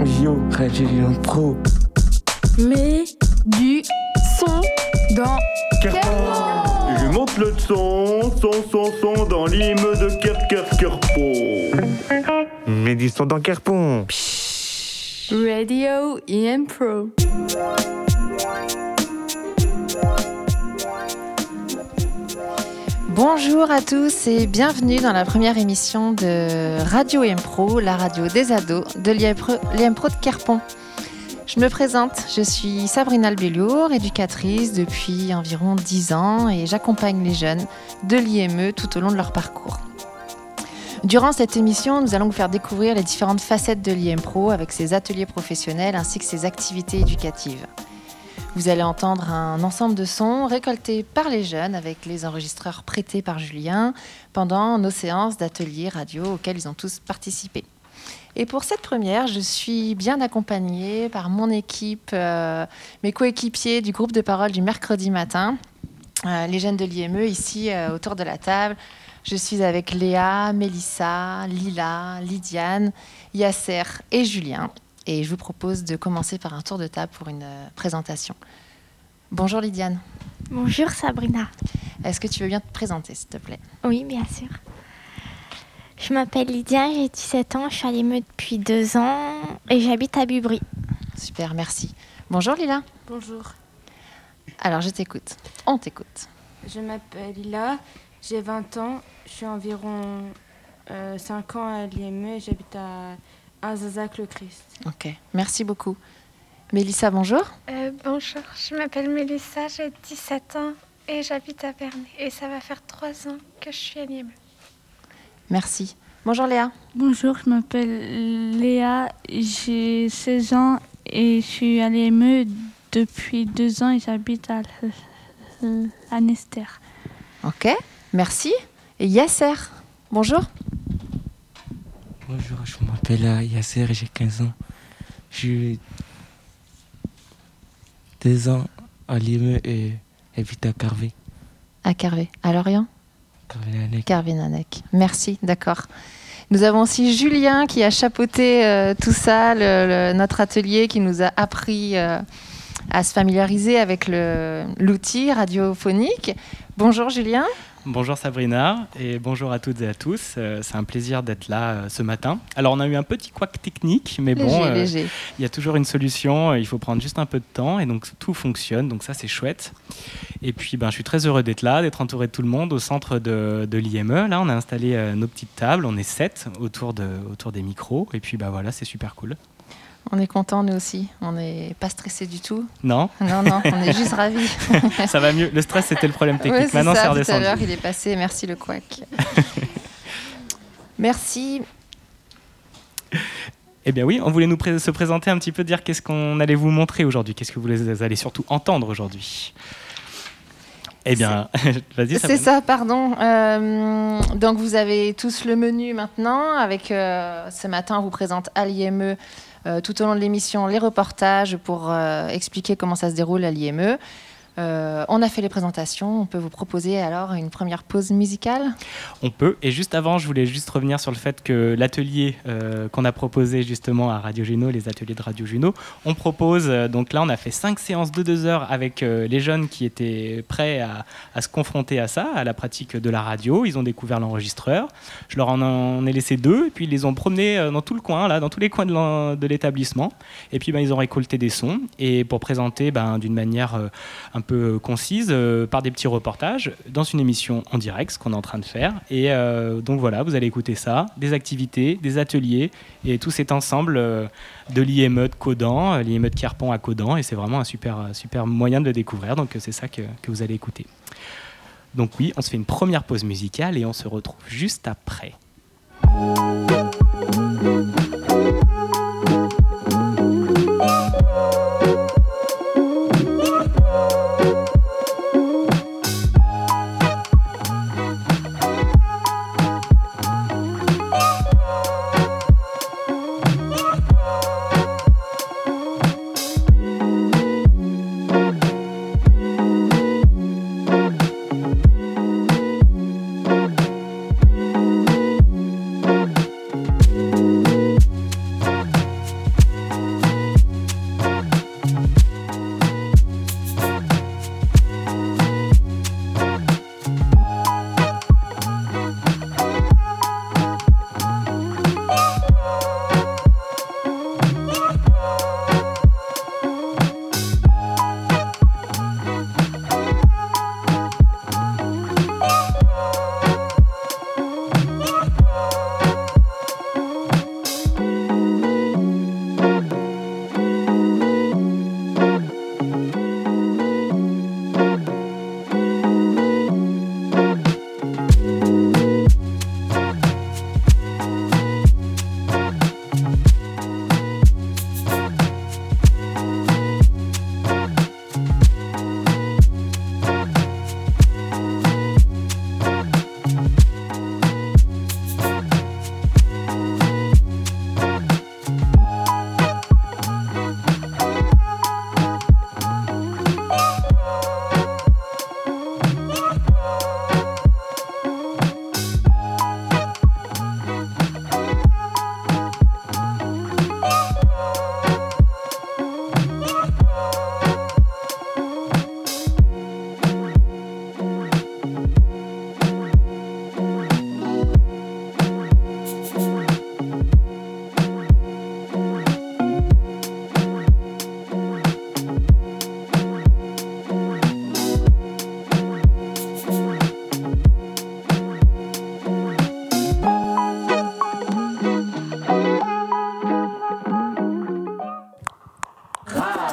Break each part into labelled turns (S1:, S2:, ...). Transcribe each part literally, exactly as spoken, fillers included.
S1: Yo, Radio Impro.
S2: Mais du son dans
S3: Kerpon. Je monte le son, son, son, son dans l'hymne de Ker, Ker, Kerpon.
S1: Mais du son dans Kerpon.
S2: Radio Impro.
S4: Bonjour à tous et bienvenue dans la première émission de Radio Impro, la radio des ados de l'I M Pro de Kerpon. Je me présente, je suis Sabrina Albellour, éducatrice depuis environ dix ans et j'accompagne les jeunes de l'I M E tout au long de leur parcours. Durant cette émission, nous allons vous faire découvrir les différentes facettes de l'I M Pro avec ses ateliers professionnels ainsi que ses activités éducatives. Vous allez entendre un ensemble de sons récoltés par les jeunes avec les enregistreurs prêtés par Julien pendant nos séances d'ateliers radio auxquelles ils ont tous participé. Et pour cette première, je suis bien accompagnée par mon équipe, euh, mes coéquipiers du groupe de parole du mercredi matin, euh, les jeunes de l'I M E ici euh, autour de la table. Je suis avec Léa, Mélissa, Lila, Lydiane, Yasser et Julien. Et je vous propose de commencer par un tour de table pour une euh, présentation. Bonjour Lydiane.
S5: Bonjour Sabrina.
S4: Est-ce que tu veux bien te présenter, s'il te plaît ?
S5: Oui, bien sûr. Je m'appelle Lydiane, j'ai dix-sept ans, je suis à l'I M E depuis deux ans et j'habite à Bubry.
S4: Super, merci. Bonjour Lila.
S6: Bonjour.
S4: Alors, je t'écoute. On t'écoute.
S6: Je m'appelle Lila, j'ai vingt ans, je suis environ euh, cinq ans à l'I M E et j'habite à Azazac-le-Christ.
S4: Ok, merci beaucoup. Mélissa, bonjour.
S7: Euh, bonjour, je m'appelle Mélissa, j'ai dix-sept ans et j'habite à Bernay. Et ça va faire trois ans que je suis à l'I M E.
S4: Merci. Bonjour Léa.
S8: Bonjour, je m'appelle Léa, j'ai seize ans et je suis à l'I M E depuis deux ans et j'habite à, à Nester.
S4: Ok, merci. Et Yasser, bonjour.
S1: Bonjour, je m'appelle Yasser et j'ai quinze ans. J'ai deux ans à l'I M E et j'habite à Carvé.
S4: À Carvé. À Lorient ?
S1: Carvé-Nanec.
S4: Carvé-Nanec. Merci, d'accord. Nous avons aussi Julien qui a chapeauté euh, tout ça, le, le, notre atelier, qui nous a appris euh, à se familiariser avec le, l'outil radiophonique. Bonjour Julien.
S9: Bonjour Sabrina et bonjour à toutes et à tous. Euh, c'est un plaisir d'être là euh, ce matin. Alors on a eu un petit couac technique, mais
S4: léger,
S9: bon,
S4: léger.
S9: Euh, il y a toujours une solution. Il faut prendre juste un peu de temps et donc tout fonctionne. Donc ça c'est chouette. Et puis ben, je suis très heureux d'être là, d'être entouré de tout le monde au centre de, de l'I M E. Là on a installé euh, nos petites tables. On est sept autour, de, autour des micros. Et puis ben, voilà, c'est super cool.
S4: On est contents, nous aussi. On n'est pas stressés du tout.
S9: Non.
S4: Non, non, on est juste ravis.
S9: Ça va mieux. Le stress, c'était le problème technique.
S4: Oui, c'est
S9: Maintenant,
S4: ça,
S9: c'est
S4: tout
S9: redescendu.
S4: à l'heure, il est passé. Merci, le couac. Merci.
S9: Eh bien oui, on voulait nous pré- se présenter un petit peu, dire qu'est-ce qu'on allait vous montrer aujourd'hui. Qu'est-ce que vous allez surtout entendre aujourd'hui. Eh bien, vas-y.
S4: C'est ça, pardon. Euh, donc, vous avez tous le menu maintenant. Avec euh, ce matin, on vous présente à l'I M E euh, tout au long de l'émission les reportages pour euh, expliquer comment ça se déroule à l'I M E. Euh, on a fait les présentations. On peut vous proposer alors une première pause musicale ?
S9: On peut. Et juste avant, je voulais juste revenir sur le fait que l'atelier euh, qu'on a proposé justement à Radio Juno, les ateliers de Radio Juno, on propose, euh, donc là on a fait cinq séances de deux heures avec euh, les jeunes qui étaient prêts à, à se confronter à ça, à la pratique de la radio. Ils ont découvert l'enregistreur. Je leur en, en ai laissé deux, et puis ils les ont promenés euh, dans tout le coin, là, dans tous les coins de, de l'établissement. Et puis ben, ils ont récolté des sons, et pour présenter ben, d'une manière euh, un peu concise, euh, par des petits reportages, dans une émission en direct, ce qu'on est en train de faire. Et euh, donc voilà, vous allez écouter ça, des activités, des ateliers, et tout cet ensemble euh, de l'I M E de Caudan, l'I M E de Kerpon à Caudan, et c'est vraiment un super, super moyen de le découvrir, donc c'est ça que, que vous allez écouter. Donc oui, on se fait une première pause musicale et on se retrouve juste après.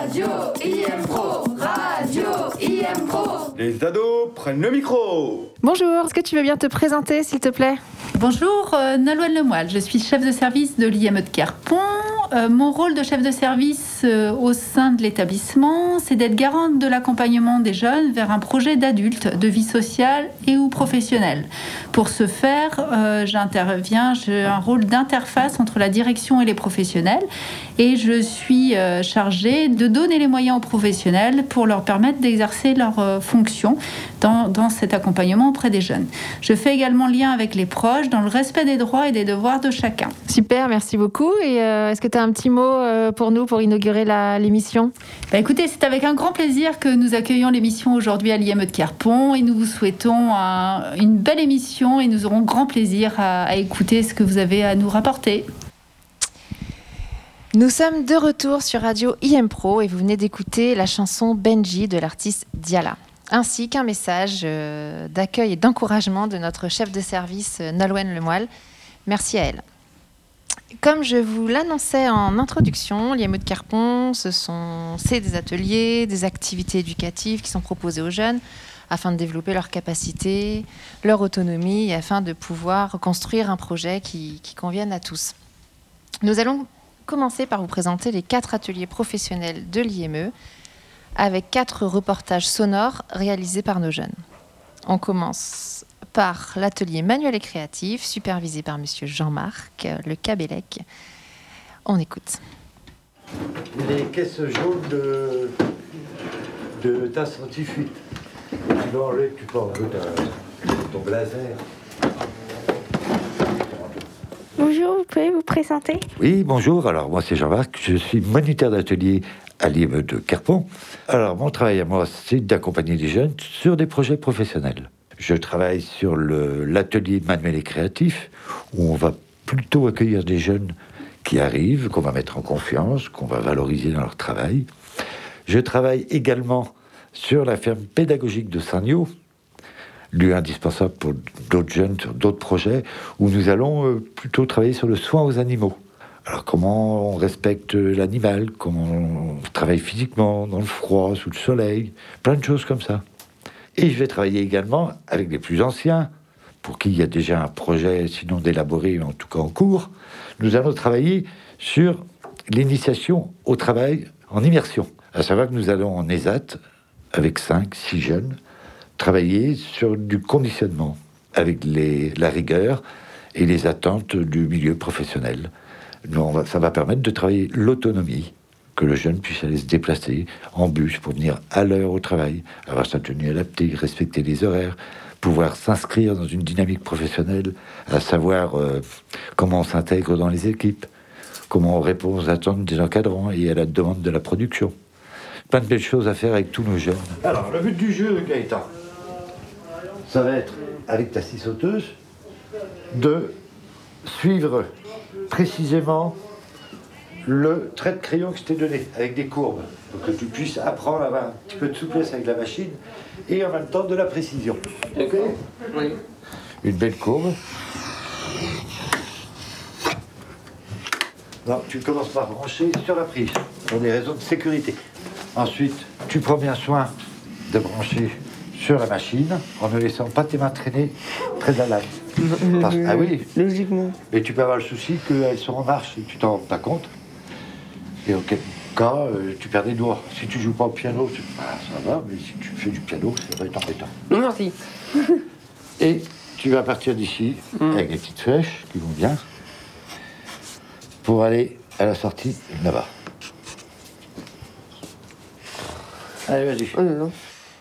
S2: Radio I M Pro, Radio I M Pro.
S3: Les ados prennent le micro.
S4: Bonjour, est-ce que tu veux bien te présenter, s'il te plaît?
S10: Bonjour, euh, Nolwenn Lemoile, je suis chef de service de l'I M E de Querpont. Euh, mon rôle de chef de service euh, au sein de l'établissement, c'est d'être garante de l'accompagnement des jeunes vers un projet d'adulte, de vie sociale et ou professionnelle. Pour ce faire, euh, j'interviens, j'ai un rôle d'interface entre la direction et les professionnels et je suis euh, chargée de donner les moyens aux professionnels pour leur permettre d'exercer leurs euh, fonctions dans, dans cet accompagnement auprès des jeunes. Je fais également lien avec les proches dans le respect des droits et des devoirs de chacun.
S4: Super, merci beaucoup. Et euh, est-ce que tu as un petit mot euh, pour nous pour inaugurer la, l'émission?
S10: Bah écoutez, c'est avec un grand plaisir que nous accueillons l'émission aujourd'hui à l'I M E de Querpont et nous vous souhaitons un, une belle émission et nous aurons grand plaisir à, à écouter ce que vous avez à nous rapporter.
S4: Nous sommes de retour sur Radio I M Pro et vous venez d'écouter la chanson Benji de l'artiste Diala, ainsi qu'un message euh, d'accueil et d'encouragement de notre chef de service euh, Nolwenn Lemoile. Merci à elle. Comme je vous l'annonçais en introduction, l'I M E de Querpont, ce sont c'est des ateliers, des activités éducatives qui sont proposées aux jeunes afin de développer leurs capacités, leur autonomie et afin de pouvoir construire un projet qui, qui convienne à tous. Nous allons commencer par vous présenter les quatre ateliers professionnels de l'I M E avec quatre reportages sonores réalisés par nos jeunes. On commence par l'atelier manuel et créatif, supervisé par monsieur Jean-Marc Le Cabellec. On écoute.
S11: Les caisses jaunes de, de tasse anti-fuite. Tu peux enlever, tu peux enlever ta, ton blazer.
S5: Bonjour, vous pouvez vous présenter?
S11: Oui, bonjour. Alors, moi, c'est Jean-Marc. Je suis moniteur d'atelier à l'I M E de Querpont. Alors, mon travail à moi, c'est d'accompagner les jeunes sur des projets professionnels. Je travaille sur le, l'atelier manuel et créatif, où on va plutôt accueillir des jeunes qui arrivent, qu'on va mettre en confiance, qu'on va valoriser dans leur travail. Je travaille également sur la ferme pédagogique de Saint-Nio, lieu indispensable pour d'autres jeunes sur d'autres projets, où nous allons euh, plutôt travailler sur le soin aux animaux. Alors comment on respecte l'animal, comment on travaille physiquement, dans le froid, sous le soleil, plein de choses comme ça. Et je vais travailler également avec les plus anciens, pour qui il y a déjà un projet, sinon d'élaborer, en tout cas en cours. Nous allons travailler sur l'initiation au travail en immersion. À savoir que nous allons en ESAT, avec cinq, six jeunes, travailler sur du conditionnement, avec les, la rigueur et les attentes du milieu professionnel. Nous, on va, ça va permettre de travailler l'autonomie, que le jeune puisse aller se déplacer en bus pour venir à l'heure au travail, avoir sa tenue adaptée, respecter les horaires, pouvoir s'inscrire dans une dynamique professionnelle, à savoir euh, comment on s'intègre dans les équipes, comment on répond aux attentes des encadrants et à la demande de la production. Plein de belles choses à faire avec tous nos jeunes. Alors, le but du jeu, Gaëtan, ça va être, avec ta scie sauteuse, de suivre précisément le trait de crayon que je t'ai donné, avec des courbes, pour que tu puisses apprendre à avoir un petit peu de souplesse avec la machine et en même temps de la précision. Ok ? Oui. Une belle courbe. Non, tu commences par brancher sur la prise, pour des raisons de sécurité. Ensuite, tu prends bien soin de brancher sur la machine en ne laissant pas tes mains traîner très à l'âge. Parce... Ah oui, logiquement. Mais tu peux avoir le souci qu'elles sont en marche et que tu t'en rends pas compte. Et auquel cas, euh, tu perds des doigts. Si tu joues pas au piano, tu... bah, ça va, mais si tu fais du piano, ça va être embêtant. Non, merci. Et tu vas partir d'ici, mm. avec des petites flèches qui vont bien, pour aller à la sortie là-bas. Allez, vas-y. Oh, non, non.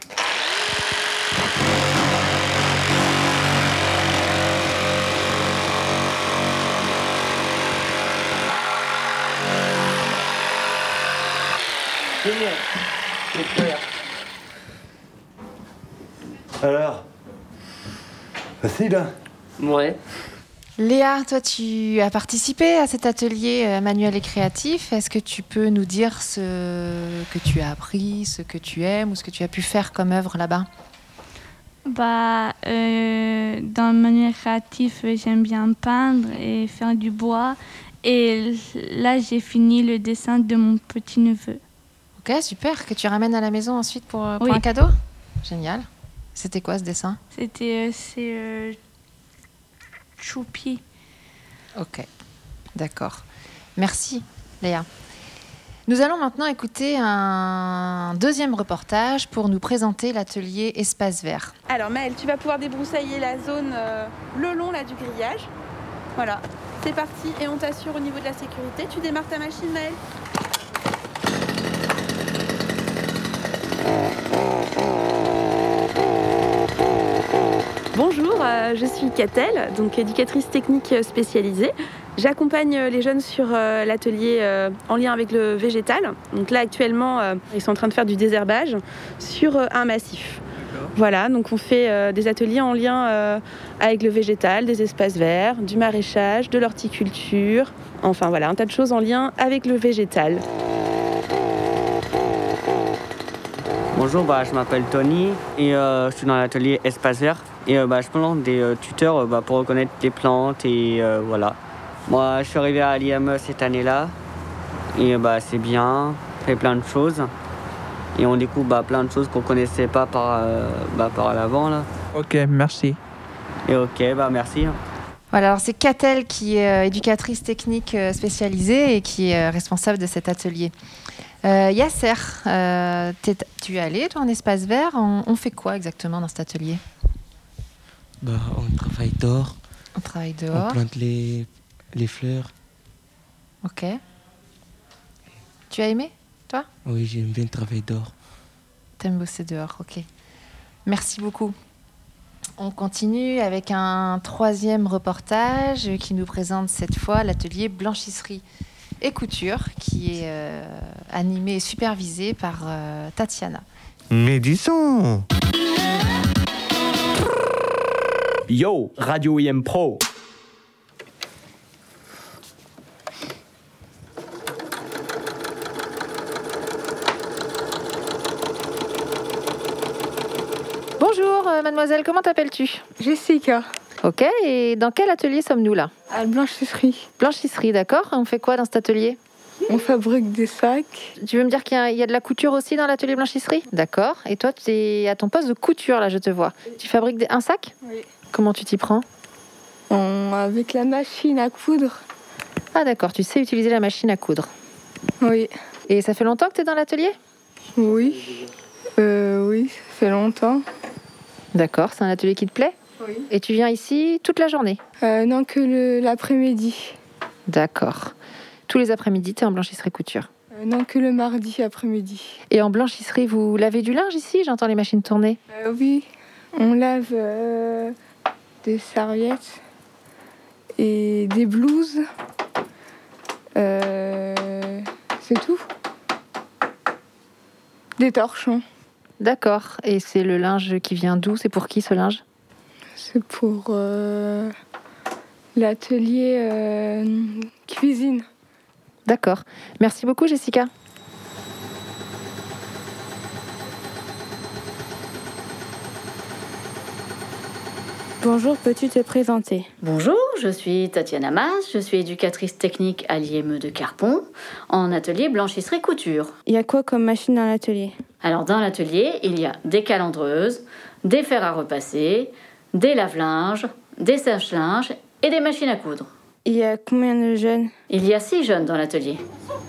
S11: Alors, facile, hein?
S4: Ouais. Léa, toi, tu as participé à cet atelier euh, manuel et créatif. Est-ce que tu peux nous dire ce que tu as appris, ce que tu aimes ou ce que tu as pu faire comme œuvre là-bas?
S8: Bah, euh, dans le manuel créatif, j'aime bien peindre et faire du bois. Et là, j'ai fini le dessin de mon petit-neveu.
S4: Ok, super. Que tu ramènes à la maison ensuite pour, pour
S8: Oui.
S4: un cadeau? Génial. C'était quoi ce dessin?
S8: C'était... Euh, c'est... Euh, Choupi.
S4: Ok, d'accord. Merci, Léa. Nous allons maintenant écouter un deuxième reportage pour nous présenter l'atelier Espace Vert.
S12: Alors Maëlle, tu vas pouvoir débroussailler la zone euh, le long là, du grillage. Voilà, c'est parti et on t'assure au niveau de la sécurité. Tu démarres ta machine, Maëlle? Bonjour, euh, je suis Catel, donc éducatrice technique spécialisée. J'accompagne les jeunes sur euh, l'atelier euh, en lien avec le végétal. Donc là actuellement, euh, ils sont en train de faire du désherbage sur euh, un massif. Voilà, donc on fait euh, des ateliers en lien euh, avec le végétal, des espaces verts, du maraîchage, de l'horticulture. Enfin voilà, un tas de choses en lien avec le végétal.
S13: Bonjour, bah, je m'appelle Tony et euh, je suis dans l'atelier Espace Vert. Et euh, bah, je plante des euh, tuteurs euh, bah, pour reconnaître les plantes et euh, voilà. Moi, je suis arrivé à l'I M E cette année-là et bah, c'est bien, on fait plein de choses. Et on découvre bah, plein de choses qu'on ne connaissait pas par, euh, bah, par l'avant. Là.
S14: Ok, merci.
S13: Et ok, bah, merci.
S4: Voilà, alors c'est Catel qui est euh, éducatrice technique euh, spécialisée et qui est euh, responsable de cet atelier. Euh, Yasser, euh, tu es allé toi en espace vert, on, on fait quoi exactement dans cet atelier?
S1: Bah, on travaille dehors.
S4: On travaille dehors.
S1: On plante les, les fleurs.
S4: Ok. Tu as aimé, toi?
S1: Oui, j'aime bien travailler dehors.
S4: T'aimes bosser dehors, ok. Merci beaucoup. On continue avec un troisième reportage qui nous présente cette fois l'atelier blanchisserie et couture qui est euh, animé et supervisé par euh, Tatiana.
S15: Mais disons.
S9: Yo, Radio I M Pro.
S4: Bonjour euh, mademoiselle, comment t'appelles-tu?
S16: Jessica.
S4: Ok, et dans quel atelier sommes-nous là?
S16: À la blanchisserie.
S4: Blanchisserie, d'accord. On fait quoi dans cet atelier?
S16: On fabrique des sacs.
S4: Tu veux me dire qu'il y a, il y a de la couture aussi dans l'atelier blanchisserie? D'accord. Et toi, tu es à ton poste de couture, là, je te vois. Tu fabriques des- un sac?
S16: Oui.
S4: Comment tu t'y prends?
S16: On- Avec la machine à coudre.
S4: Ah d'accord, tu sais utiliser la machine à coudre.
S16: Oui.
S4: Et ça fait longtemps que tu es dans l'atelier?
S16: Oui. Euh, oui, ça fait longtemps.
S4: D'accord, c'est un atelier qui te plaît?
S16: Oui.
S4: Et tu viens ici toute la journée?
S16: Euh, non, que le- l'après-midi.
S4: D'accord. Tous les après-midi, tu es en blanchisserie couture.
S16: Euh, non, que le mardi après-midi.
S4: Et en blanchisserie, vous lavez du linge ici? J'entends les machines tourner.
S16: Euh, oui, on lave euh, des serviettes et des blouses. Euh, c'est tout. Des torchons.
S4: D'accord. Et c'est le linge qui vient d'où? C'est pour qui ce linge?
S16: C'est pour euh, l'atelier euh, cuisine.
S4: D'accord. Merci beaucoup, Jessica.
S17: Bonjour, peux-tu te présenter?
S18: Bonjour, je suis Tatiana Mas, je suis éducatrice technique à l'I M E de Carpon, en atelier blanchisserie couture.
S17: Il y a quoi comme machine dans l'atelier?
S18: Alors dans l'atelier, il y a des calendreuses, des fers à repasser, des lave-linges, des sèche-linges et des machines à coudre.
S17: Il y a combien de jeunes?
S18: Il y a six jeunes dans l'atelier.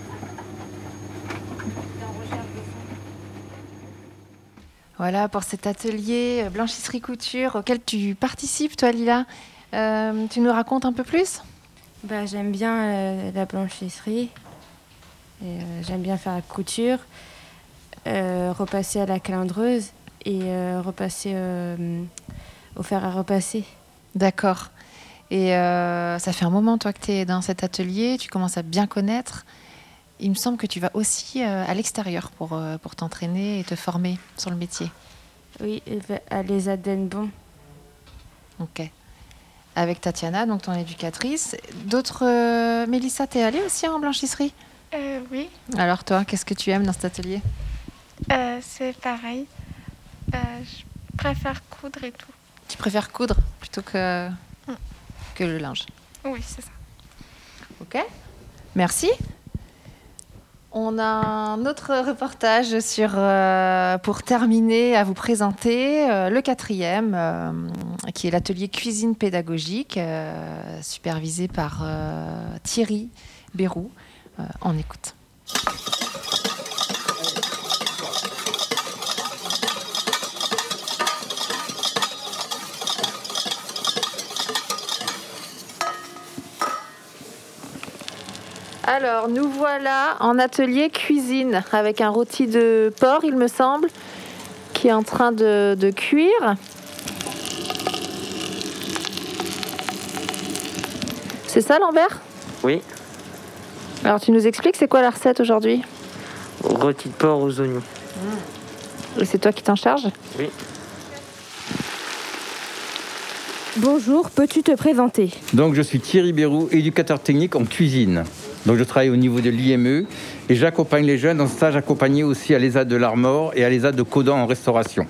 S4: Voilà pour cet atelier euh, blanchisserie couture auquel tu participes, toi, Lila. Euh, tu nous racontes un peu plus?
S6: Bah, j'aime bien euh, la blanchisserie. Et, euh, j'aime bien faire la couture, euh, repasser à la calendreuse et euh, repasser euh, au fer à repasser.
S4: D'accord. Et euh, ça fait un moment, toi, que tu es dans cet atelier, tu commences à bien connaître. Il me semble que tu vas aussi euh, à l'extérieur pour, euh, pour t'entraîner et te former sur le métier.
S6: Oui, à les Adenbon.
S4: Ok. Avec Tatiana, donc ton éducatrice. D'autres... Euh, Mélissa, t'es allée aussi en blanchisserie?
S7: Euh, oui,
S4: Alors toi, qu'est-ce que tu aimes dans cet atelier?
S7: euh, c'est pareil. Euh, je préfère coudre et tout.
S4: Tu préfères coudre plutôt que,
S7: Mm.
S4: que le linge?
S7: Oui, c'est ça.
S4: Ok. Merci. On a un autre reportage sur, euh, pour terminer, à vous présenter, euh, le quatrième, euh, qui est l'atelier cuisine pédagogique, euh, supervisé par euh, Thierry Bérou. Euh, on écoute. Alors, nous voilà en atelier cuisine avec un rôti de porc, il me semble, qui est en train de, de cuire. C'est ça, Lambert ?
S13: Oui.
S4: Alors, tu nous expliques, c'est quoi la recette aujourd'hui ?
S13: Rôti de porc aux oignons.
S4: Et c'est toi qui t'en charges ?
S13: Oui.
S17: Bonjour, peux-tu te présenter ?
S14: Donc, je suis Thierry Bérou, éducateur technique en cuisine. Donc, je travaille au niveau de l'I M E et j'accompagne les jeunes en stage accompagné aussi à l'E S A de l'Armor et à l'E S A de Caudan en restauration.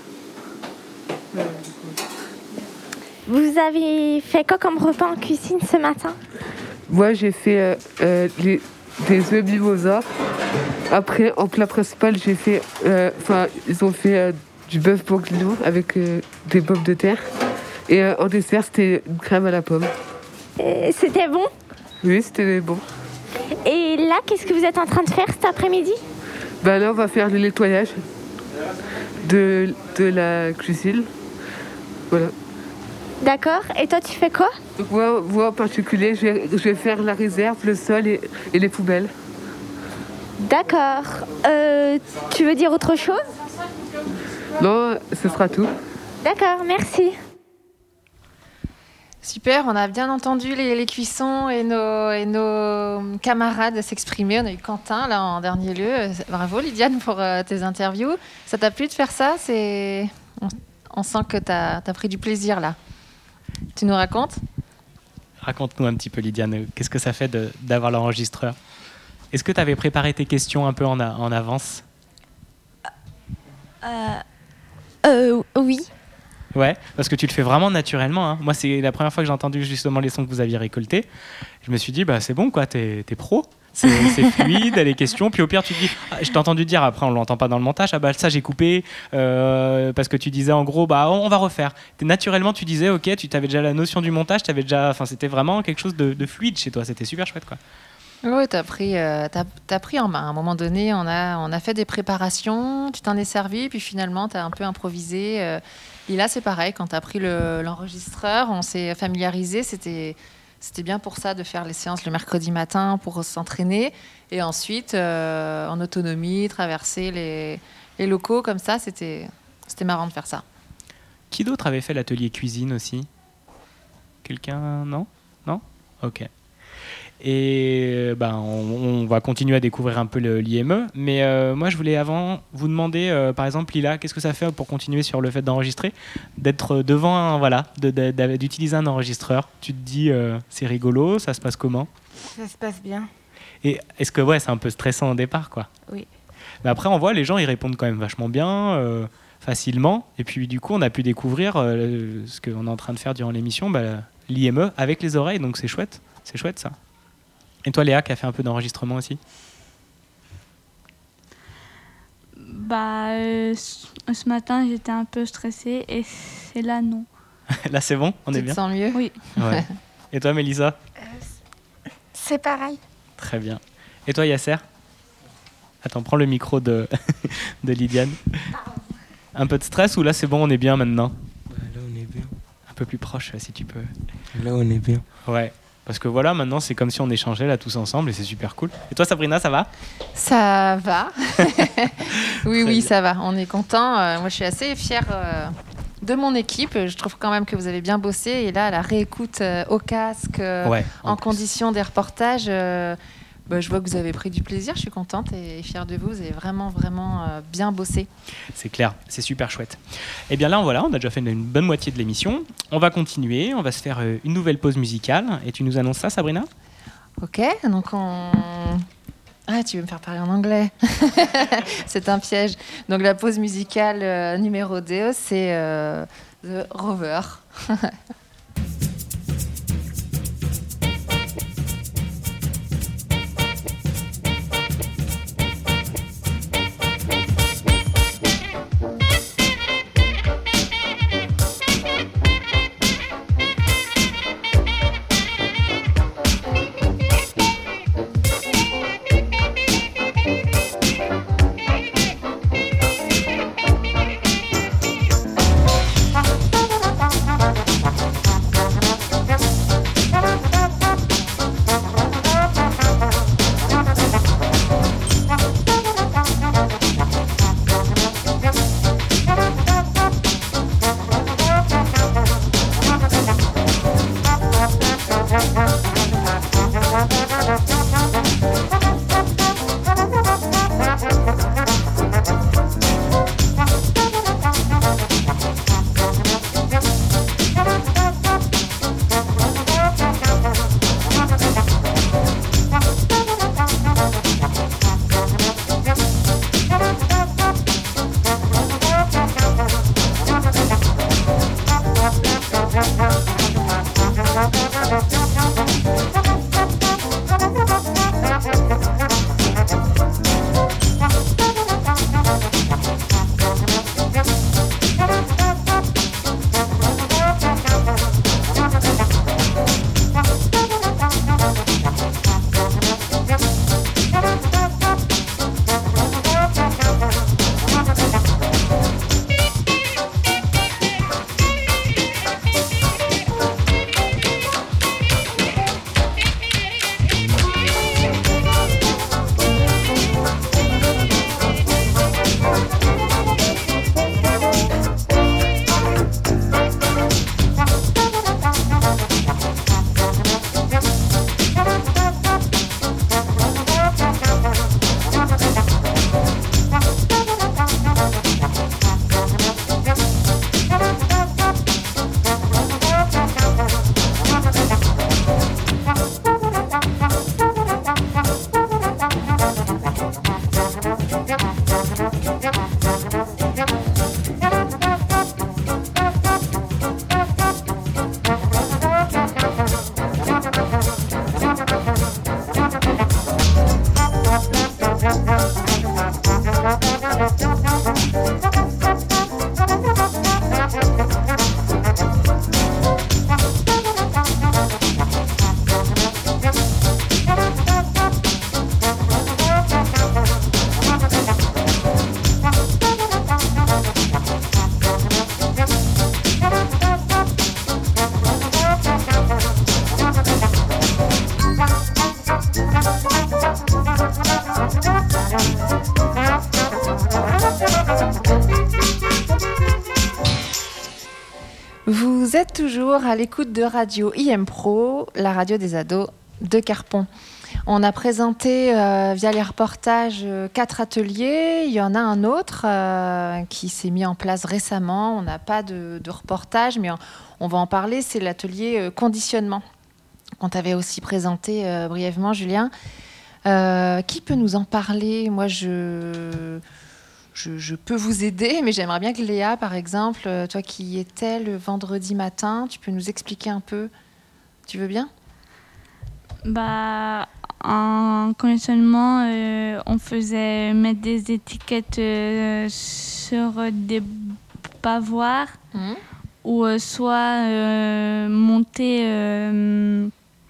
S5: Vous avez fait quoi comme repas en cuisine ce matin ?
S19: Moi, j'ai fait euh, euh, les, des œufs mimosa. Après, en plat principal, j'ai fait... Enfin, euh, ils ont fait euh, du bœuf bourguignon avec euh, des pommes de terre. Et euh, en dessert, c'était une crème à la pomme.
S5: Et c'était bon ?
S19: Oui, c'était bon.
S5: Et là, qu'est-ce que vous êtes en train de faire cet après-midi ?
S19: Ben là, on va faire le nettoyage de, de la cuisine. Voilà.
S5: D'accord. Et toi, tu fais quoi ?
S19: Donc moi, moi, en particulier, je vais, je vais faire la réserve, le sol et, et les poubelles.
S5: D'accord. Euh, tu veux dire autre chose ?
S19: Non, ce sera tout.
S5: D'accord, merci.
S4: Super, on a bien entendu les, les cuissons et nos, et nos camarades s'exprimer. On a eu Quentin là en dernier lieu. Bravo Lydiane pour euh, tes interviews. Ça t'a plu de faire ça ? C'est... On, on sent que tu as pris du plaisir là. Tu nous racontes ?
S9: Raconte-nous un petit peu Lydiane, qu'est-ce que ça fait de, d'avoir l'enregistreur ? Est-ce que tu avais préparé tes questions un peu en, a, en avance ?
S5: euh, euh, Oui.
S9: Ouais, parce que tu le fais vraiment naturellement. Hein. Moi, c'est la première fois que j'ai entendu justement les sons que vous aviez récoltés. Je me suis dit, bah, c'est bon, quoi, t'es, t'es pro. C'est, c'est fluide, les questions. Puis au pire, tu te dis, ah, je t'ai entendu dire, après, on ne l'entend pas dans le montage, ah bah ça, j'ai coupé. Euh, parce que tu disais, en gros, bah, on va refaire. T'es, naturellement, tu disais, ok, tu avais déjà la notion du montage, t'avais déjà, enfin, c'était vraiment quelque chose de, de fluide chez toi. C'était super chouette, quoi.
S4: Oui, tu as pris, euh, t'as, t'as pris en main. À un moment donné, on a, on a fait des préparations, tu t'en es servi, puis finalement, tu as un peu improvisé. Euh, et là, c'est pareil, quand tu as pris le, l'enregistreur, on s'est familiarisé. C'était, c'était bien pour ça de faire les séances le mercredi matin pour s'entraîner. Et ensuite, euh, en autonomie, traverser les, les locaux comme ça, c'était, c'était marrant de faire ça.
S9: Qui d'autre avait fait l'atelier cuisine aussi ? Quelqu'un ? Non ? Non ? Ok. Et ben, on, on va continuer à découvrir un peu le, l'I M E. Mais euh, moi, je voulais avant vous demander, euh, par exemple, Lila, qu'est-ce que ça fait pour continuer sur le fait d'enregistrer, d'être devant un, voilà, de, de, de, d'utiliser un enregistreur. Tu te dis, euh, c'est rigolo, ça se passe comment ?
S6: Ça se passe bien.
S9: Et est-ce que ouais, c'est un peu stressant au départ, quoi ?
S6: Oui.
S9: Mais après, on voit, les gens, ils répondent quand même vachement bien, euh, facilement. Et puis, du coup, on a pu découvrir euh, ce qu'on est en train de faire durant l'émission, bah, l'I M E avec les oreilles. Donc, c'est chouette. C'est chouette, ça. Et toi, Léa, qui a fait un peu d'enregistrement aussi ?
S8: Bah, euh, ce matin, j'étais un peu stressée et c'est là, non.
S9: Là, c'est bon ? On
S4: tu
S9: est bien ?
S4: Tu te sens mieux ?
S8: Oui.
S9: Ouais. Et toi, Mélissa ?
S7: euh, C'est pareil.
S9: Très bien. Et toi, Yasser ? Attends, prends le micro de, de Lydiane. Un peu de stress ou là, c'est bon, on est bien maintenant ?
S1: Bah, là, on est bien.
S9: Un peu plus proche, si tu peux.
S1: Là, on est bien.
S9: Ouais. Parce que voilà, maintenant, c'est comme si on échangeait là tous ensemble et c'est super cool. Et toi, Sabrina, ça va ?
S4: Ça va. oui, oui, ça va. On est content. Euh, moi, je suis assez fière euh, de mon équipe. Je trouve quand même que vous avez bien bossé. Et là, la réécoute euh, au casque, euh,
S9: ouais, en,
S4: en condition des reportages, euh, bah, je vois que vous avez pris du plaisir. Je suis contente et fière de vous. Vous avez vraiment, vraiment euh, bien bossé.
S9: C'est clair, c'est super chouette. Et bien là, voilà, on a déjà fait une bonne moitié de l'émission. On va continuer, on va se faire une nouvelle pause musicale. Et tu nous annonces ça, Sabrina ?
S4: Ok, donc on... Ah, tu veux me faire parler en anglais ? C'est un piège. Donc la pause musicale euh, numéro deux, c'est euh, The Rover. êtes toujours à l'écoute de Radio I M Pro, la radio des ados de Querpon. On a présenté euh, via les reportages euh, quatre ateliers. Il y en a un autre euh, qui s'est mis en place récemment. On n'a pas de, de reportage, mais on, on va en parler. C'est l'atelier euh, conditionnement qu'on t'avait aussi présenté euh, brièvement, Julien. Euh, qui peut nous en parler ? Moi, je, je, je peux vous aider, mais j'aimerais bien que Léa, par exemple, toi qui y étais le vendredi matin, tu peux nous expliquer un peu. Tu veux bien ?
S8: Bah, en conditionnement, euh, on faisait mettre des étiquettes euh, sur des bavoirs mmh. ou euh, soit euh, monter euh,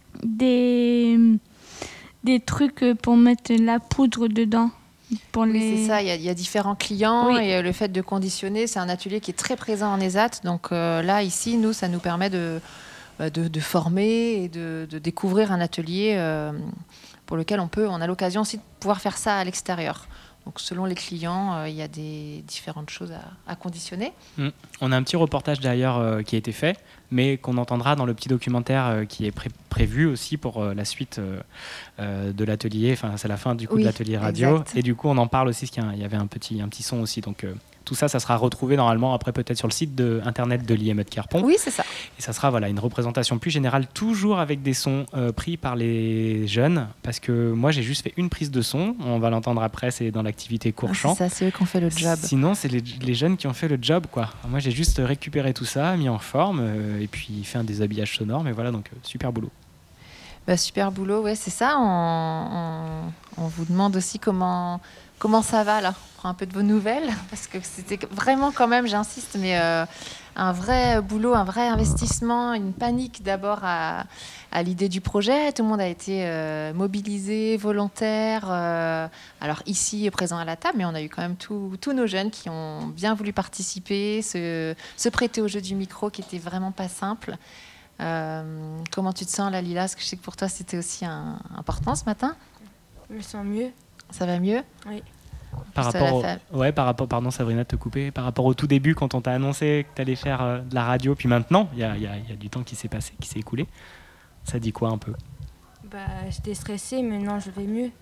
S8: des... des trucs pour mettre la poudre dedans. Pour
S4: oui,
S8: les...
S4: c'est ça. Il y, a, il y a différents clients
S8: oui.
S4: et euh, le fait de conditionner, c'est un atelier qui est très présent en E S A T. Donc euh, là, ici, nous, ça nous permet de, de, de former et de, de découvrir un atelier euh, pour lequel on peut, on a l'occasion aussi de pouvoir faire ça à l'extérieur. Donc selon les clients, euh, il y a des différentes choses à, à conditionner.
S9: Mmh. On a un petit reportage d'ailleurs euh, qui a été fait, mais qu'on entendra dans le petit documentaire euh, qui est pré- prévu aussi pour euh, la suite euh, euh, de l'atelier. Enfin, c'est la fin du coup
S4: oui,
S9: de l'atelier radio.
S4: Exact.
S9: Et du coup, on en parle aussi, parce qu'il y avait un petit, un petit son aussi. Donc euh, tout ça, ça sera retrouvé normalement après peut-être sur le site de, internet de l'I M E de Querpon.
S4: Oui, c'est ça.
S9: Et ça sera voilà, une représentation plus générale, toujours avec des sons euh, pris par les jeunes. Parce que moi, j'ai juste fait une prise de son. On va l'entendre après, c'est dans l'activité court chant.
S4: Ah, c'est ça, c'est eux qui ont fait le job.
S9: Sinon, c'est les, les jeunes qui ont fait le job, quoi. Moi, j'ai juste récupéré tout ça, mis en forme, euh, et puis fait un déshabillage sonore. Mais voilà, donc euh, super boulot.
S4: Bah, super boulot, ouais, c'est ça. On, on, on vous demande aussi comment, comment ça va, là. On prend un peu de vos nouvelles, parce que c'était vraiment quand même, j'insiste, mais euh, un vrai boulot, un vrai investissement, une panique d'abord à, à l'idée du projet. Tout le monde a été euh, mobilisé, volontaire. Euh, alors ici, présent à la table, mais on a eu quand même tous nos jeunes qui ont bien voulu participer, se, se prêter au jeu du micro, qui était vraiment pas simple. Euh, comment tu te sens, là, Lila? Parce que je sais que pour toi, c'était aussi un, important ce matin.
S6: Je me sens mieux.
S4: Ça va mieux?
S6: Oui.
S9: Par rapport, au, ouais, par rapport, pardon Sabrina de te couper, par rapport au tout début quand on t'a annoncé que tu allais faire euh, de la radio, puis maintenant, il y a, y, a, y a du temps qui s'est passé, qui s'est écoulé. Ça dit quoi un peu?
S6: Bah, j'étais stressée, mais non, je vais mieux.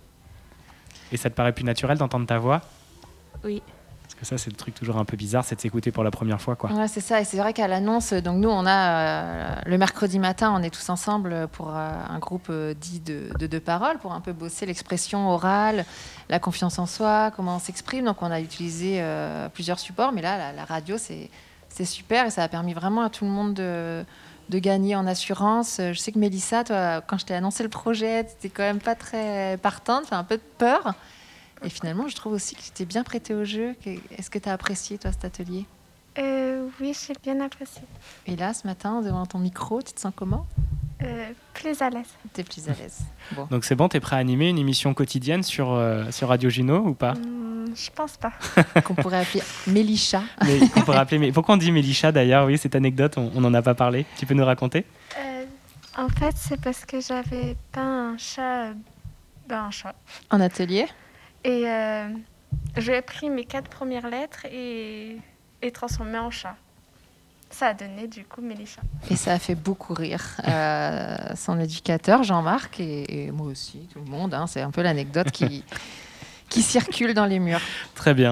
S9: Et ça te paraît plus naturel d'entendre ta voix?
S6: Oui.
S9: Parce que ça, c'est le truc toujours un peu bizarre, c'est de s'écouter pour la première fois, quoi.
S4: Ouais, c'est ça. Et c'est vrai qu'à l'annonce, donc nous, on a euh, le mercredi matin, on est tous ensemble pour euh, un groupe euh, dit de, de deux paroles, pour un peu bosser l'expression orale, la confiance en soi, comment on s'exprime. Donc on a utilisé euh, plusieurs supports, mais là, la, la radio, c'est c'est super et ça a permis vraiment à tout le monde de, de gagner en assurance. Je sais que Mélissa, toi, quand je t'ai annoncé le projet, tu n'étais quand même pas très partante, enfin un peu de peur. Et finalement, je trouve aussi que tu t'es bien prêtée au jeu. Est-ce que tu as apprécié, toi, cet atelier?
S7: euh, Oui, j'ai bien apprécié.
S4: Et là, ce matin, devant ton micro, tu te sens comment?
S7: euh, Plus à l'aise.
S4: Tu es plus à l'aise. Bon.
S9: Donc c'est bon, tu es prêt à animer une émission quotidienne sur, euh, sur Radio Juno ou pas?
S7: mmh, Je pense pas.
S4: Qu'on pourrait appeler Mélicha.
S9: Mais, qu'on pourrait appeler, mais pourquoi on dit Mélicha d'ailleurs? Oui, cette anecdote, on n'en a pas parlé. Tu peux nous raconter?
S7: euh, En fait, c'est parce que j'avais peint un chat, ben, un chat.
S4: En atelier?
S7: Et euh, j'ai pris mes quatre premières lettres et, et transformé en chat. Ça a donné du coup Mélicha.
S4: Et ça a fait beaucoup rire euh, son éducateur Jean-Marc et, et moi aussi, tout le monde. Hein, c'est un peu l'anecdote qui, qui circule dans les murs.
S9: Très bien.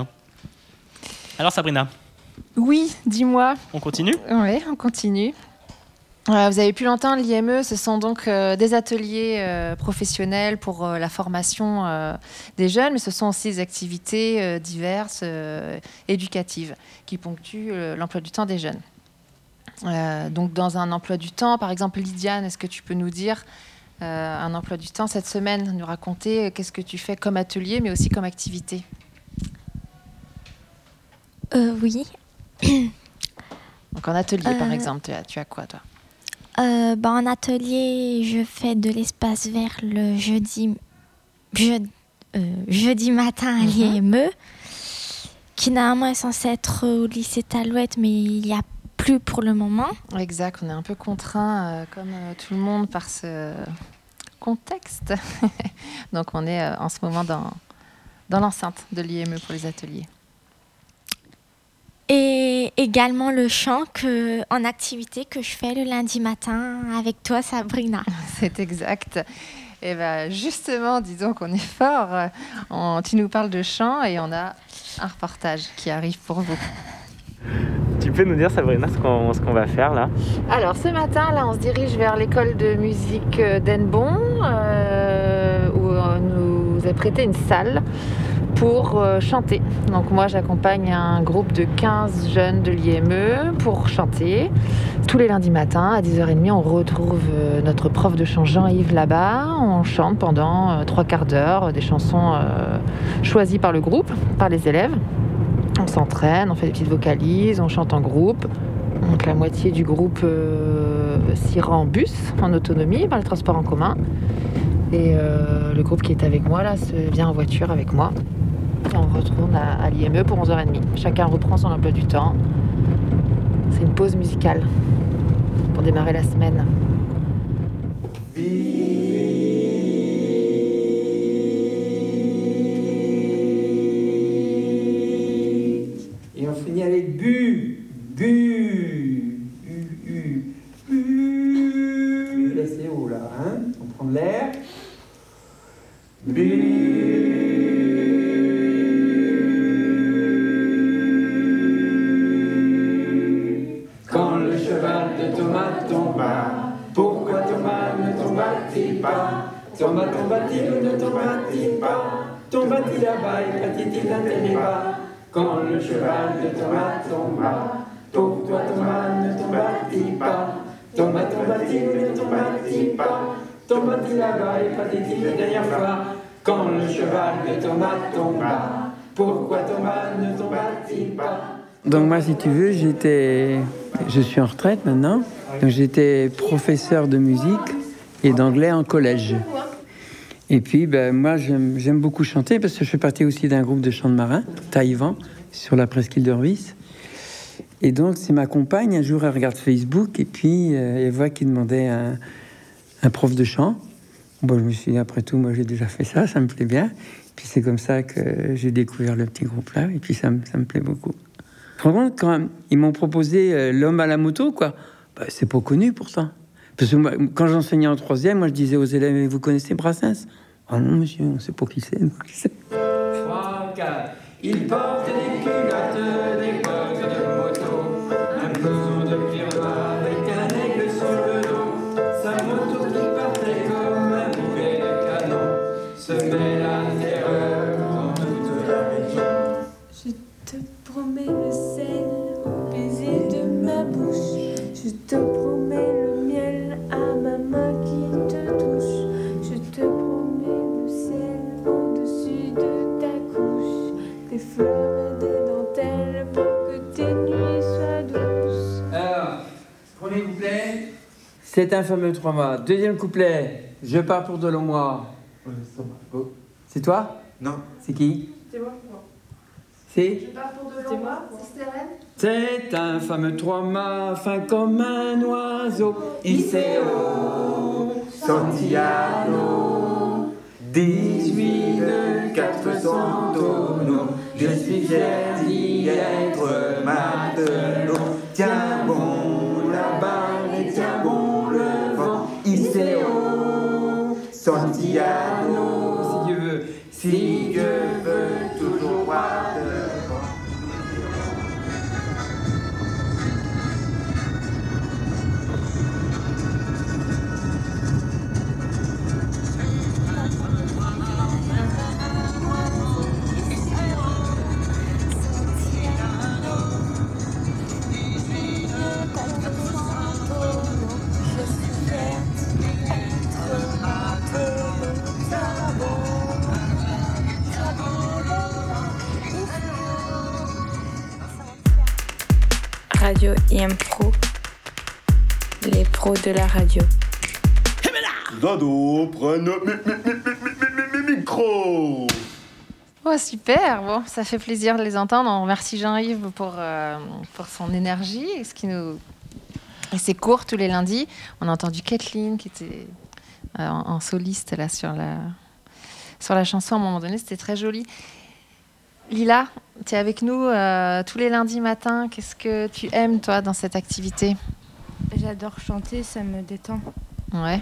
S9: Alors Sabrina?
S4: Oui, dis-moi.
S9: On continue?
S4: Oui, on continue. Euh, vous avez pu l'entendre, l'I M E, ce sont donc euh, des ateliers euh, professionnels pour euh, la formation euh, des jeunes, mais ce sont aussi des activités euh, diverses, euh, éducatives, qui ponctuent euh, l'emploi du temps des jeunes. Euh, donc dans un emploi du temps, par exemple, Lydiane, est-ce que tu peux nous dire euh, un emploi du temps cette semaine, nous raconter euh, qu'est-ce que tu fais comme atelier, mais aussi comme activité?
S5: euh, Oui.
S4: Donc en atelier,
S5: euh...
S4: par exemple, tu as, tu as quoi, toi?
S5: Euh, bah, en atelier, je fais de l'espace vert le jeudi, je, euh, jeudi matin à mm-hmm. l'I M E, qui normalement est censé être au lycée Talouette, mais il n'y a plus pour le moment.
S4: Exact, on est un peu contraint, euh, comme euh, tout le monde, par ce contexte. Donc on est euh, en ce moment dans, dans l'enceinte de l'I M E pour les ateliers.
S5: Et également le chant que, en activité que je fais le lundi matin avec toi, Sabrina.
S4: C'est exact. Et bien justement, disons qu'on est fort. On, tu nous parles de chant et on a un reportage qui arrive pour vous.
S9: Tu peux nous dire, Sabrina, ce qu'on, ce qu'on va faire là?
S4: Alors ce matin, là, on se dirige vers l'école de musique d'Hennebont, euh, où on nous a prêté une salle pour euh, chanter. Donc moi, j'accompagne un groupe de quinze jeunes de l'I M E pour chanter. Tous les lundis matins, à dix heures trente, on retrouve euh, notre prof de chant Jean-Yves là-bas. On chante pendant euh, trois quarts d'heure des chansons euh, choisies par le groupe, par les élèves. On s'entraîne, on fait des petites vocalises, on chante en groupe. Donc la moitié du groupe euh, s'ira en bus, en autonomie, par le transport en commun. Et euh, le groupe qui est avec moi, là, vient en voiture avec moi. Et on retourne à, à l'I M E pour onze heures trente. Chacun reprend son emploi du temps. C'est une pause musicale pour démarrer la semaine.
S20: Et on finit avec bu, bu, u, u, bu. Là c'est haut là, hein? On prend de l'air. Bu. Quand le cheval de Thomas tomba, pourquoi Thomas ne tomba-t-il pas? Thomas tomba-t-il ou ne tomba-t-il pas? Tomba-t-il là-bas et pâtit-il d'intérêt pas? Quand le cheval de Thomas tomba, pourquoi Thomas ne tomba-t-il pas? Thomas tomba-t-il ou ne tomba-t-il pas? Tomba-t-il là-bas et pâtit-il la dernière fois? Quand le cheval de Thomas tomba, pourquoi Thomas ne tomba-t-il pas? Donc moi, si tu veux, j'étais, je suis en retraite maintenant. Donc j'étais professeur de musique et d'anglais en collège. Et puis, ben, moi, j'aime, j'aime beaucoup chanter parce que je fais partie aussi d'un groupe de chant de marin, Taïwan, sur la presqu'île de Rhuys. Et donc, c'est ma compagne. Un jour, elle regarde Facebook et puis euh, elle voit qu'il demandait un, un prof de chant. Bon, je me suis dit, après tout, moi, j'ai déjà fait ça, ça me plaît bien. Puis c'est comme ça que j'ai découvert le petit groupe-là. Et puis, ça, me, ça me plaît beaucoup. Tu te rends compte, quand ils m'ont proposé euh, L'homme à la moto, quoi, ben, c'est pas connu pourtant. Parce que moi, quand j'enseignais en troisième, moi je disais aux élèves, vous connaissez Brassens? Ah non monsieur, on sait pas qui c'est. Qui c'est. trois, quatre. Il porte des culottes, des bottes de moto, un blouson de cuir noir avec un aigle sur le dos. Sa moto qui partait comme un boulet de canon, se met la terreur dans toute la région.
S21: Je te promets le sel au baiser de ma bouche, je te promets le miel à ma main qui te touche. Je te promets le ciel au-dessus de ta couche, des fleurs et des dentelles pour que tes nuits soient douces.
S20: Alors, premier couplet, c'est un fameux trois mois. Deuxième couplet, je pars pour de longs mois. Oh. C'est toi? Non. C'est qui?
S21: C'est moi.
S20: C'est?
S21: Je pars pour de longs mois, c'est Stéphane.
S20: C'est un fameux trois-mâts, fin comme un oiseau. Iseo, Santiago, dix-huit de quatre cents tonneaux. Je suis fier d'y être matelot. Tiens bon la barre et tiens bon le vent. Iseo, Santiago, si Dieu veut, si Dieu veut, toujours voir devant.
S17: Radio I M Pro, les pros de la radio.
S3: Zado, prenne mi, mi, mi, mi, mi, mi, micro.
S4: Oh, super, bon, ça fait plaisir de les entendre. On remercie Jean-Yves pour, euh, pour son énergie et, ce qui nous... et ses cours tous les lundis. On a entendu Kathleen qui était euh, en, en soliste là, sur, la... sur la chanson à un moment donné, c'était très joli. Lila, tu es avec nous euh, tous les lundis matins. Qu'est-ce que tu aimes, toi, dans cette activité ?
S6: J'adore chanter, ça me détend.
S4: Ouais.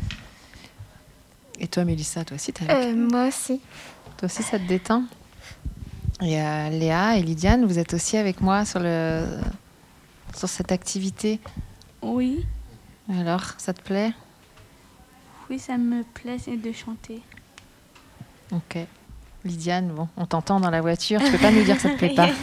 S4: Et toi, Mélissa, toi aussi, t'es avec
S7: Euh, moi aussi.
S4: Toi aussi, ça te détend ? Et euh, Léa et Lydiane, vous êtes aussi avec moi sur, le... sur cette activité.
S8: Oui.
S4: Alors, ça te plaît ?
S8: Oui, ça me plaît c'est de chanter.
S4: Ok. Lydiane, bon, on t'entend dans la voiture, tu peux pas nous dire que ça te plaît pas.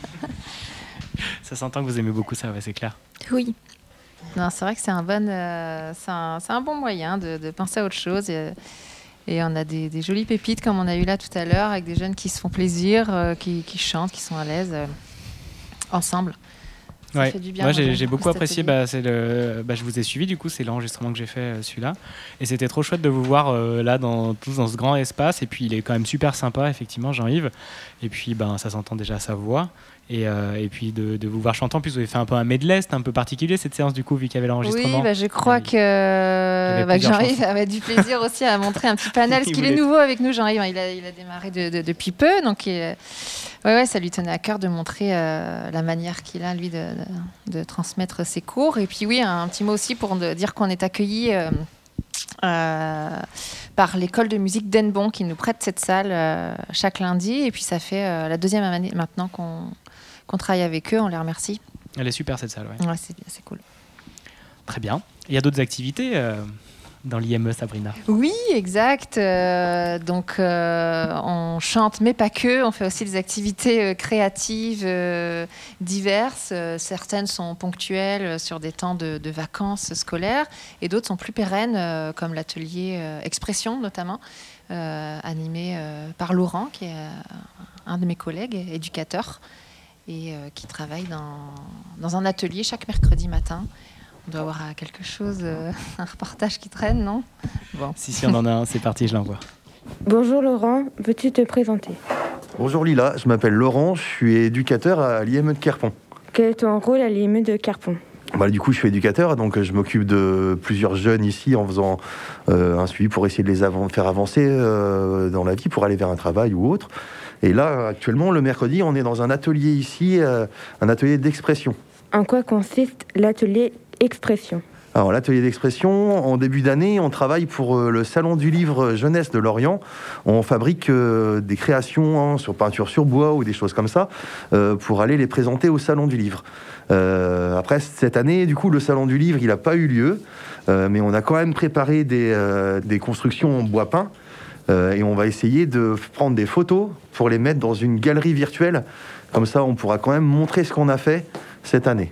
S9: Ça s'entend que vous aimez beaucoup ça, ouais, c'est clair.
S5: Oui.
S4: Non, c'est vrai que c'est un bon, euh, c'est un, c'est un bon moyen de, de penser à autre chose. Et, et on a des, des jolies pépites comme on a eu là tout à l'heure, avec des jeunes qui se font plaisir, euh, qui, qui chantent, qui sont à l'aise euh, ensemble. Ça
S9: Ouais.
S4: fait du bien.
S9: Moi,
S4: Moi,
S9: j'ai,
S4: j'aime
S9: j'ai
S4: beaucoup
S9: beaucoup
S4: cet
S9: apprécié.
S4: atelier.
S9: Bah, c'est le, bah, je vous ai suivi, du coup, c'est l'enregistrement que j'ai fait, euh, celui-là. Et c'était trop chouette de vous voir euh, là, dans, tous dans ce grand espace. Et puis, il est quand même super sympa, effectivement, Jean-Yves. Et puis, ben, ça s'entend déjà à sa voix. Et, euh, et puis, de, de vous voir chanter. En plus, vous avez fait un peu un medley. C'était un peu particulier cette séance, du coup, vu qu'il y avait l'enregistrement.
S4: Oui, bah, je crois que,
S9: avait
S4: bah, que
S9: plusieurs
S4: Jean-Yves
S9: chansons.
S4: avait du plaisir aussi à montrer un petit panel, parce
S9: Il
S4: qu'il est
S9: voulait-
S4: nouveau avec nous, Jean-Yves. Il a, il a démarré de- de- depuis peu, donc il- ouais, ouais, ça lui tenait à cœur de montrer euh, la manière qu'il a, lui, de, de- de transmettre ses cours. Et puis oui, un, un petit mot aussi pour de- dire qu'on est accueillis euh, euh, par l'école de musique d'Enbon, qui nous prête cette salle euh, chaque lundi. Et puis ça fait euh, la deuxième année maintenant qu'on, qu'on travaille avec eux. On les remercie.
S9: Elle est super, cette salle, ouais.
S4: Ouais, c'est, c'est cool.
S9: Très bien. Il y a d'autres activités euh, dans l'I M E, Sabrina.
S4: Oui, exact. Euh, donc, euh, on chante, mais pas que. On fait aussi des activités euh, créatives euh, diverses. Euh, certaines sont ponctuelles euh, sur des temps de, de vacances scolaires, et d'autres sont plus pérennes, euh, comme l'atelier euh, Expression, notamment, euh, animé euh, par Laurent, qui est euh, un de mes collègues, éducateur, et euh, qui travaille dans, dans un atelier chaque mercredi matin. On doit avoir quelque chose, euh, un reportage qui traîne, non ? Bon.
S9: Si, si, on en a un, c'est parti, je l'envoie.
S12: Bonjour Laurent, peux-tu te présenter ?
S2: Bonjour Lila, je m'appelle Laurent, je suis éducateur à l'I M E de Querpon.
S12: Quel est ton rôle à l'I M E de Querpon ?
S2: Bah, du coup, je suis éducateur, donc je m'occupe de plusieurs jeunes ici en faisant euh, un suivi pour essayer de les av- faire avancer euh, dans la vie, pour aller vers un travail ou autre. Et là, actuellement, le mercredi, on est dans un atelier ici, euh, un atelier d'expression.
S12: En quoi consiste l'atelier Expression ?
S2: Alors, l'atelier d'expression, en début d'année, on travaille pour euh, le Salon du Livre Jeunesse de Lorient. On fabrique euh, des créations hein, sur peinture sur bois ou des choses comme ça euh, pour aller les présenter au Salon du Livre. Euh, après, cette année, du coup, le Salon du Livre, il n'a pas eu lieu, euh, mais on a quand même préparé des, euh, des constructions en bois peint euh, et on va essayer de prendre des photos pour les mettre dans une galerie virtuelle. Comme ça, on pourra quand même montrer ce qu'on a fait cette année.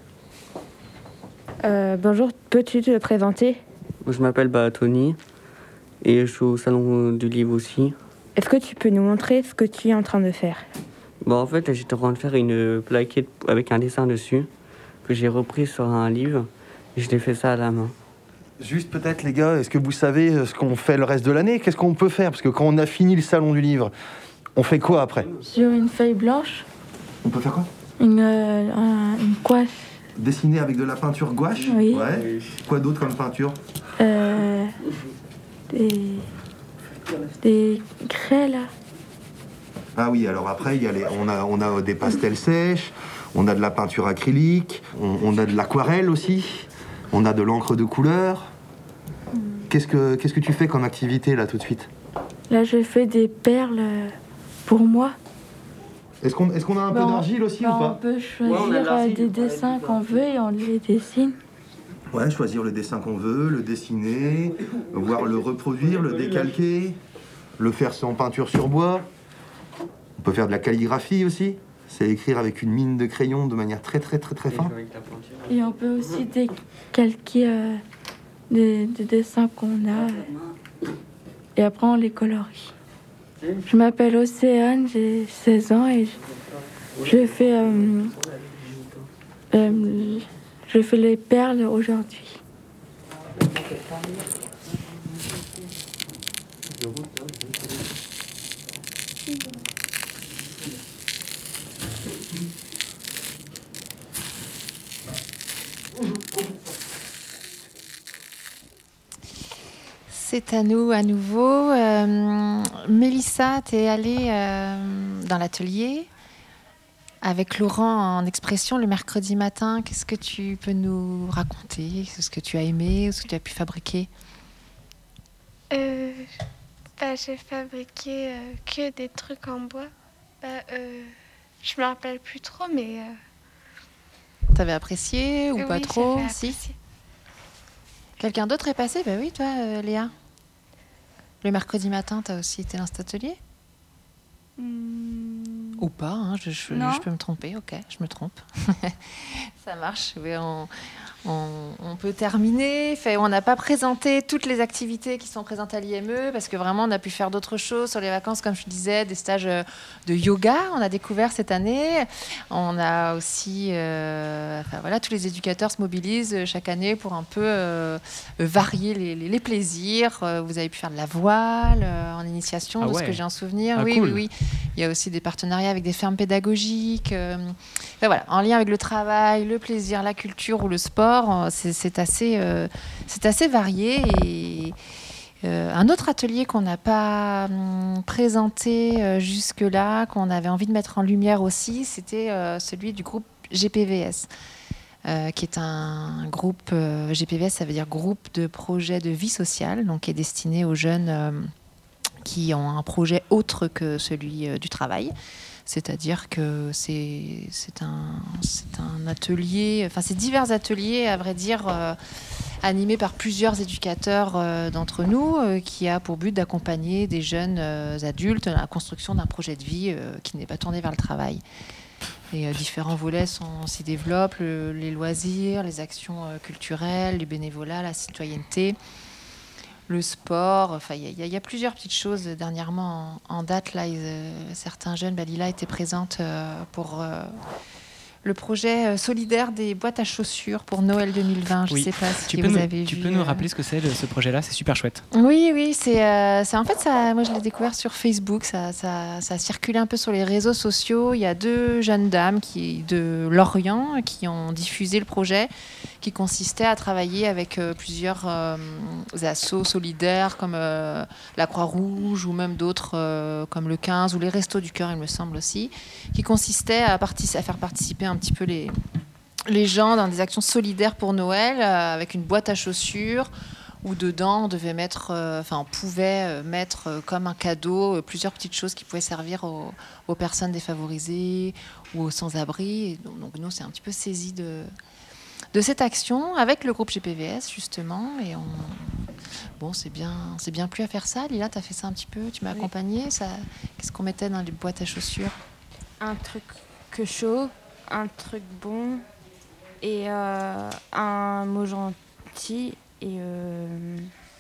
S12: Euh, bonjour, peux-tu te présenter ?
S13: Je m'appelle bah, Tony et je suis au salon du livre aussi.
S12: Est-ce que tu peux nous montrer ce que tu es en train de faire ?
S13: Bah, en fait, j'étais en train de faire une plaquette avec un dessin dessus que j'ai repris sur un livre et je l'ai fait ça à la main.
S2: Juste peut-être les gars, est-ce que vous savez ce qu'on fait le reste de l'année ? Qu'est-ce qu'on peut faire ? Parce que quand on a fini le Salon du Livre, on fait quoi après ?
S16: Sur une feuille blanche,
S2: On peut faire quoi ?
S16: une, euh, un- une coiffe,
S2: Dessiner avec de la peinture gouache ?
S16: Oui.
S2: Ouais. Quoi d'autre comme peinture ?
S16: euh, des, des craies là.
S2: Ah oui, alors après, il y a les, on, a, on a des pastels sèches, on a de la peinture acrylique, on, on a de l'aquarelle aussi, on a de l'encre de couleur. Qu'est-ce que, qu'est-ce que tu fais comme activité là tout de suite ?
S16: Là, je fais des perles euh, pour moi.
S2: Est-ce qu'on, est-ce qu'on a un peu
S16: Bah, on-
S2: d'argile aussi
S16: bah,
S2: ou pas ?
S16: On peut choisir euh, des dessins qu'on veut et on les dessine.
S2: Ouais, choisir le dessin qu'on veut, le dessiner, voire le reproduire, le décalquer, le faire en peinture sur bois. On peut faire de la calligraphie aussi. C'est écrire avec une mine de crayon de manière très très très très fine.
S16: Et on peut aussi décalquer euh, des, des dessins qu'on a. euh, et après, on les colorie. Je m'appelle Océane, j'ai seize ans et je, je fais, euh, euh, je fais les perles aujourd'hui.
S4: C'est à nous à nouveau. Euh, Mélissa, tu es allée euh, dans l'atelier avec Laurent en expression le mercredi matin. Qu'est-ce que tu peux nous raconter? Ce que tu as aimé, ce que tu as pu fabriquer?
S7: Euh, bah, j'ai fabriqué euh, que des trucs en bois. Bah, euh, je me rappelle plus trop, mais... Euh...
S4: T'avais apprécié ou
S7: oui,
S4: pas trop?
S7: j'avais
S4: Si.
S7: apprécié.
S4: Quelqu'un d'autre est passé? Bah oui, toi, euh, Léa. Le mercredi matin, t'as aussi été dans cet atelier?
S8: Hmm.
S4: Ou pas, hein, je, je,
S8: Non.
S4: je peux me tromper, ok, je me trompe. Ça marche, oui, on, on, on peut terminer. Fait, on n'a pas présenté toutes les activités qui sont présentes à l'I M E parce que vraiment on a pu faire d'autres choses sur les vacances, comme je disais, des stages de yoga, on a découvert cette année. On a aussi, euh, enfin, voilà, tous les éducateurs se mobilisent chaque année pour un peu euh, varier les, les, les plaisirs. Vous avez pu faire de la voile euh, en initiation,
S9: Ah
S4: de
S9: ouais.
S4: ce que j'ai en souvenir.
S9: Ah,
S4: oui,
S9: cool.
S4: oui, oui. Il y a aussi des partenariats avec des fermes pédagogiques. Euh, ben voilà, en lien avec le travail, le plaisir, la culture ou le sport, c'est, c'est, assez, euh, c'est assez varié. Et euh, un autre atelier qu'on n'a pas hum, présenté euh, jusque-là, qu'on avait envie de mettre en lumière aussi, c'était euh, celui du groupe G P V S. Euh, qui est un groupe, euh, G P V S, ça veut dire groupe de projet de vie sociale, donc qui est destiné aux jeunes euh, qui ont un projet autre que celui euh, du travail. C'est-à-dire que c'est, c'est, un, c'est un atelier, enfin c'est divers ateliers, à vrai dire, euh, animés par plusieurs éducateurs euh, d'entre nous, euh, qui a pour but d'accompagner des jeunes euh, adultes dans la construction d'un projet de vie euh, qui n'est pas tourné vers le travail. Et euh, différents volets sont, s'y développent, le, les loisirs, les actions euh, culturelles, le bénévolat, la citoyenneté, le sport. Enfin, il y, y, y a plusieurs petites choses dernièrement en, en date. Là, ils, euh, certains jeunes, bah, Lila était présente euh, pour euh, le projet euh, solidaire des boîtes à chaussures pour Noël deux mille vingt. Je ne
S9: Oui.
S4: sais pas si
S9: tu
S4: vous
S9: peux nous,
S4: avez
S9: tu
S4: vu.
S9: peux nous
S4: euh,
S9: rappeler ce que c'est le- ce projet-là? C'est super chouette.
S4: Oui, oui, c'est, euh, c'est en fait ça. Moi, je l'ai découvert sur Facebook. Ça, ça, ça a circulé un peu sur les réseaux sociaux. Il y a deux jeunes dames qui de Lorient qui ont diffusé le projet, qui consistait à travailler avec euh, plusieurs euh, assos solidaires comme euh, la Croix-Rouge ou même d'autres euh, comme le quinze ou les Restos du Cœur, il me semble aussi, qui consistait à, partic- à faire participer un petit peu les les gens dans des actions solidaires pour Noël euh, avec une boîte à chaussures où dedans on devait mettre, euh, enfin on pouvait euh, mettre euh, comme un cadeau euh, plusieurs petites choses qui pouvaient servir aux, aux personnes défavorisées ou aux sans-abri. Et donc, donc nous c'est un petit peu saisi de, de cette action avec le groupe G P V S justement. Et on, bon c'est bien, c'est bien plus à faire ça. Lila, tu as fait ça un petit peu, tu m'as
S6: Oui.
S4: accompagnée. Ça, qu'est-ce qu'on mettait dans les boîtes à chaussures?
S6: Un truc que chaud, un truc bon et euh, un mot gentil et, euh,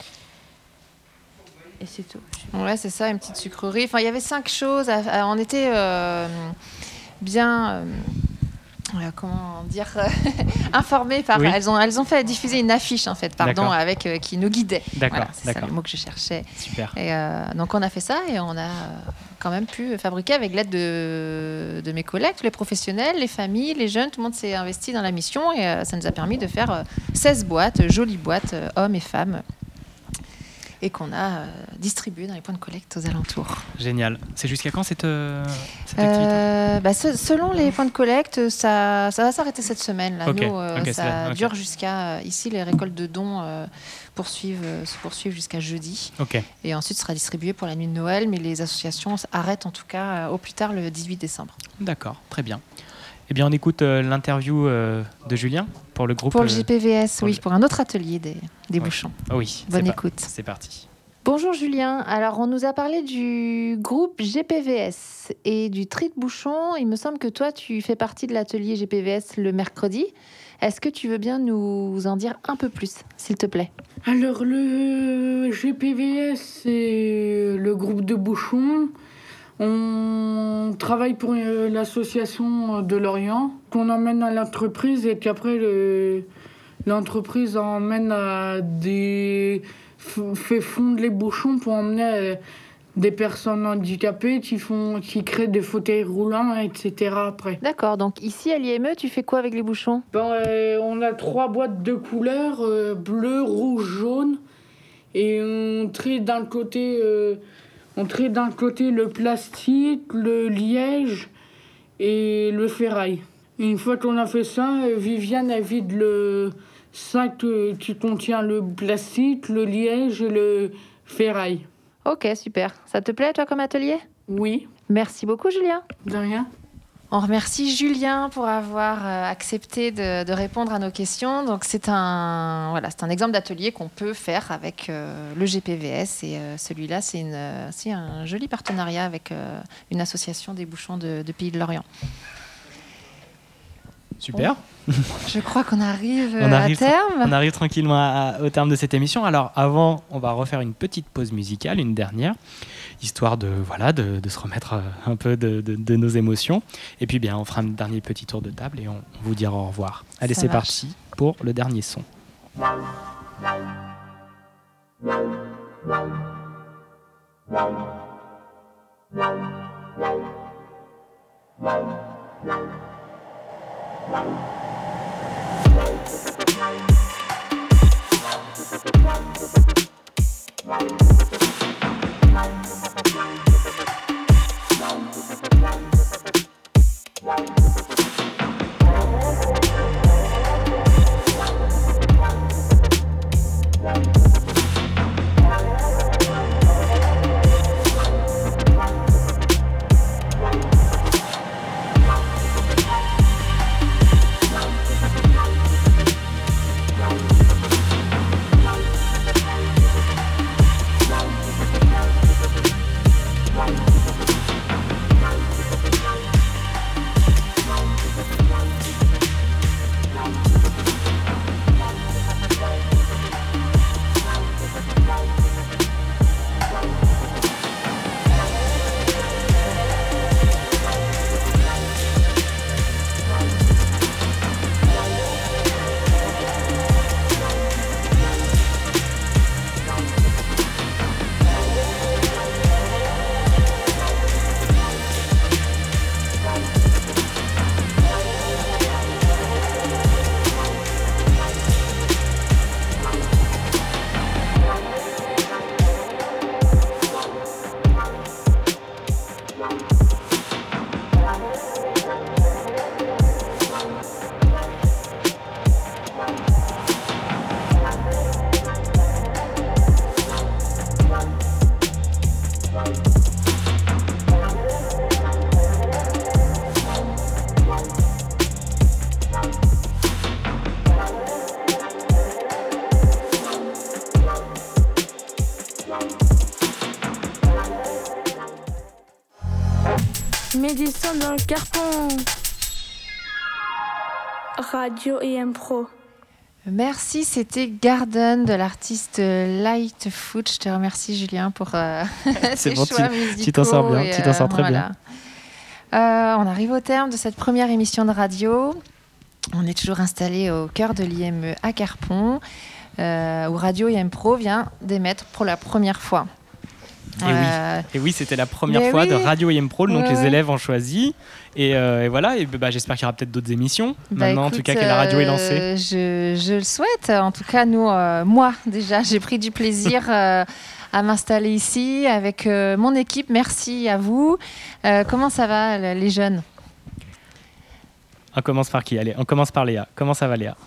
S6: et c'est tout.
S4: Ouais, c'est ça, une petite sucrerie. Enfin, il y avait cinq choses. À, à- on était euh, bien, euh, euh, comment dire, informés par.
S9: Oui.
S4: Elles ont, elles ont fait diffuser une affiche en fait, pardon,
S9: D'accord.
S4: avec euh, qui nous guidait.
S9: D'accord,
S4: Voilà, c'est ça
S9: d'accord.
S4: le mot que je cherchais.
S9: Super.
S4: Et euh, donc on a fait ça et on a euh, quand même pu fabriquer avec l'aide de, de mes collègues, tous les professionnels, les familles, les jeunes, tout le monde s'est investi dans la mission et euh, ça nous a permis de faire euh, seize boîtes, jolies boîtes, euh, hommes et femmes, et qu'on a euh, distribuées dans les points de collecte aux alentours.
S9: Génial. C'est jusqu'à quand cette, euh, cette activité?
S4: Euh, bah, se- selon les points de collecte, ça, ça va s'arrêter cette semaine. Là.
S9: Ok,
S4: Nous, euh,
S9: ok,
S4: ça
S9: c'est là, ok.
S4: dure jusqu'à... euh, Ici, les récoltes de dons euh, poursuivent, euh, se poursuivent jusqu'à jeudi.
S9: Ok.
S4: Et ensuite, sera distribué pour la nuit de Noël. Mais les associations arrêtent en tout cas euh, au plus tard le dix-huit décembre.
S9: D'accord, très bien. Eh bien, on écoute euh, l'interview euh, de Julien pour le groupe.
S4: Pour le
S9: euh,
S4: G P V S,
S9: pour
S4: oui,
S9: le-
S4: pour un autre atelier des, des
S9: Oui.
S4: bouchons.
S9: Ah oui.
S4: Bonne
S9: c'est par-
S4: écoute.
S9: C'est parti.
S4: Bonjour Julien, alors on nous a parlé du groupe G P V S et du tri de bouchons. Il me semble que toi tu fais partie de l'atelier G P V S le mercredi. Est-ce que tu veux bien nous en dire un peu plus, s'il te plaît?
S10: Alors, le G P V S, c'est le groupe de bouchons. On travaille pour euh, l'association de Lorient, qu'on emmène à l'entreprise et qu'après, le- l'entreprise emmène à des... f- fait fondre les bouchons pour emmener à des personnes handicapées qui, font, qui créent des fauteuils roulants, et cetera après.
S4: D'accord, donc ici à l'I M E, tu fais quoi avec les bouchons?
S10: Ben, euh, on a trois boîtes de couleurs, euh, bleu, rouge, jaune. Et on trie d'un côté, euh, on trie d'un côté le plastique, le liège et le ferraille. Et une fois qu'on a fait ça, Viviane elle vide le sac qui contient le plastique, le liège et le ferraille.
S4: Ok, super. Ça te plaît, toi, comme atelier ?
S10: Oui.
S4: Merci beaucoup, Julien.
S10: De rien.
S4: On remercie Julien pour avoir euh, accepté de, de répondre à nos questions. Donc, c'est un, voilà, c'est un exemple d'atelier qu'on peut faire avec euh, le G P V S. Et euh, celui-là, c'est, une, euh, c'est un joli partenariat avec euh, une association des bouchons de, de Pays de Lorient.
S9: Super.
S4: Bon, je crois qu'on arrive,
S9: on arrive
S4: à terme.
S9: On arrive tranquillement à, à, au terme de cette émission. Alors, avant, on va refaire une petite pause musicale, une dernière, histoire de, voilà, de, de se remettre un peu de, de, de nos émotions. Et puis, bien, on fera un dernier petit tour de table et on, on vous dira au revoir. Allez, Ça c'est marche. Parti pour le dernier son.
S21: Médecin dans le carton. Radio et Impro.
S4: Merci, c'était Garden de l'artiste Lightfoot. Je te remercie, Julien, pour euh,
S9: C'est
S4: tes
S9: bon,
S4: choix
S9: tu,
S4: musicaux.
S9: tu t'en sors bien,
S4: et,
S9: tu t'en sors
S4: euh,
S9: très
S4: voilà. bien. Euh, on arrive au terme de cette première émission de radio. On est toujours installé au cœur de l'I M E à Carpon, euh, où Radio et Impro vient d'émettre pour la première fois.
S9: Et,
S4: Euh,
S9: oui. et oui, c'était la première
S4: mais
S9: fois
S4: oui.
S9: de Radio I M Pro, donc
S4: Ouais,
S9: les
S4: ouais.
S9: élèves ont choisi. Et, euh, et voilà, et bah, j'espère qu'il y aura peut-être d'autres émissions.
S4: Bah,
S9: Maintenant,
S4: écoute,
S9: en tout cas, que la radio est lancée.
S4: euh, je, je le souhaite. En tout cas, nous, euh, moi, déjà, j'ai pris du plaisir euh, à m'installer ici avec euh, mon équipe. Merci à vous. Euh, comment ça va, les jeunes ?
S9: On commence par qui ? Allez, on commence par Léa. Comment ça va, Léa ?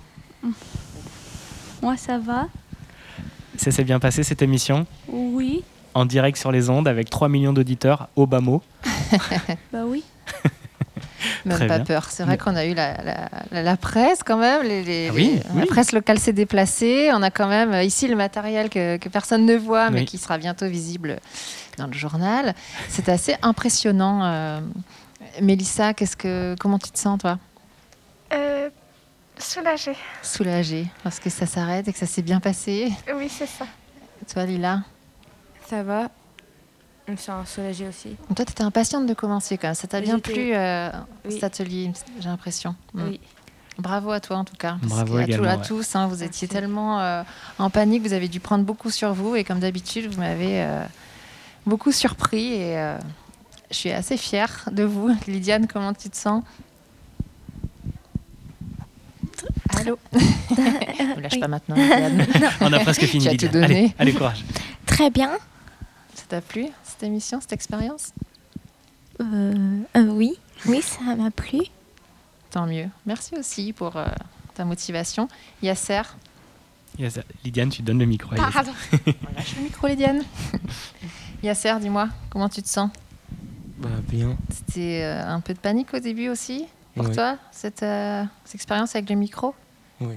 S8: Moi, ça va.
S9: Ça s'est bien passé, cette émission ?
S8: Oui.
S9: En direct sur les ondes, avec trois millions d'auditeurs, au bas mot.
S8: Bah oui.
S4: Même
S9: Très
S4: pas
S9: bien.
S4: peur. C'est vrai qu'on a eu la, la, la, la presse quand même. Les, les,
S9: Ah oui,
S4: les- La
S9: oui.
S4: presse locale s'est déplacée. On a quand même euh, ici le matériel que, que personne ne voit, mais
S9: Oui.
S4: qui sera bientôt visible dans le journal. C'est assez impressionnant. Euh, Mélissa, qu'est-ce que, comment tu te sens, toi ?
S7: Euh, soulagée.
S4: Soulagée, parce que ça s'arrête et que ça s'est bien passé.
S7: Oui, c'est ça.
S4: Toi, Lila ?
S6: Ça va. Je me sens soulagée aussi.
S4: Toi, tu étais impatiente de commencer quand même. Ça t'a bien
S6: J'étais-
S4: plu, euh,
S6: Oui.
S4: cet atelier, j'ai l'impression. Mm.
S6: Oui.
S4: Bravo à toi, en tout cas. Parce
S9: Bravo
S4: qu'à
S9: également,
S4: tous, à
S9: ouais.
S4: tous hein, vous étiez tellement euh, en panique, vous avez dû prendre beaucoup sur vous. Et comme d'habitude, vous m'avez euh, beaucoup surpris. Et euh, je suis assez fière de vous. Lydiane, comment tu te sens ?
S5: Très
S4: stylo. Ne lâche
S5: Oui.
S4: pas maintenant, Lidiane.
S9: On a presque fini,
S4: Tu as
S9: Lidiane.
S4: tout donné.
S9: Allez, allez, courage.
S5: Très bien.
S4: Ça t'a plu, cette émission, cette expérience?
S5: Euh, euh, oui, oui, ça m'a plu.
S4: Tant mieux. Merci aussi pour euh, ta motivation. Yasser.
S9: Yes, Lidiane, tu donnes le micro. à Yasser.
S4: Pardon. On lâche le micro, Lidiane. Yasser, dis-moi, comment tu te sens?
S1: Bah, bien.
S4: C'était euh, un peu de panique au début aussi pour
S1: Oui.
S4: toi, cette, euh, cette expérience avec le micro?
S1: Oui.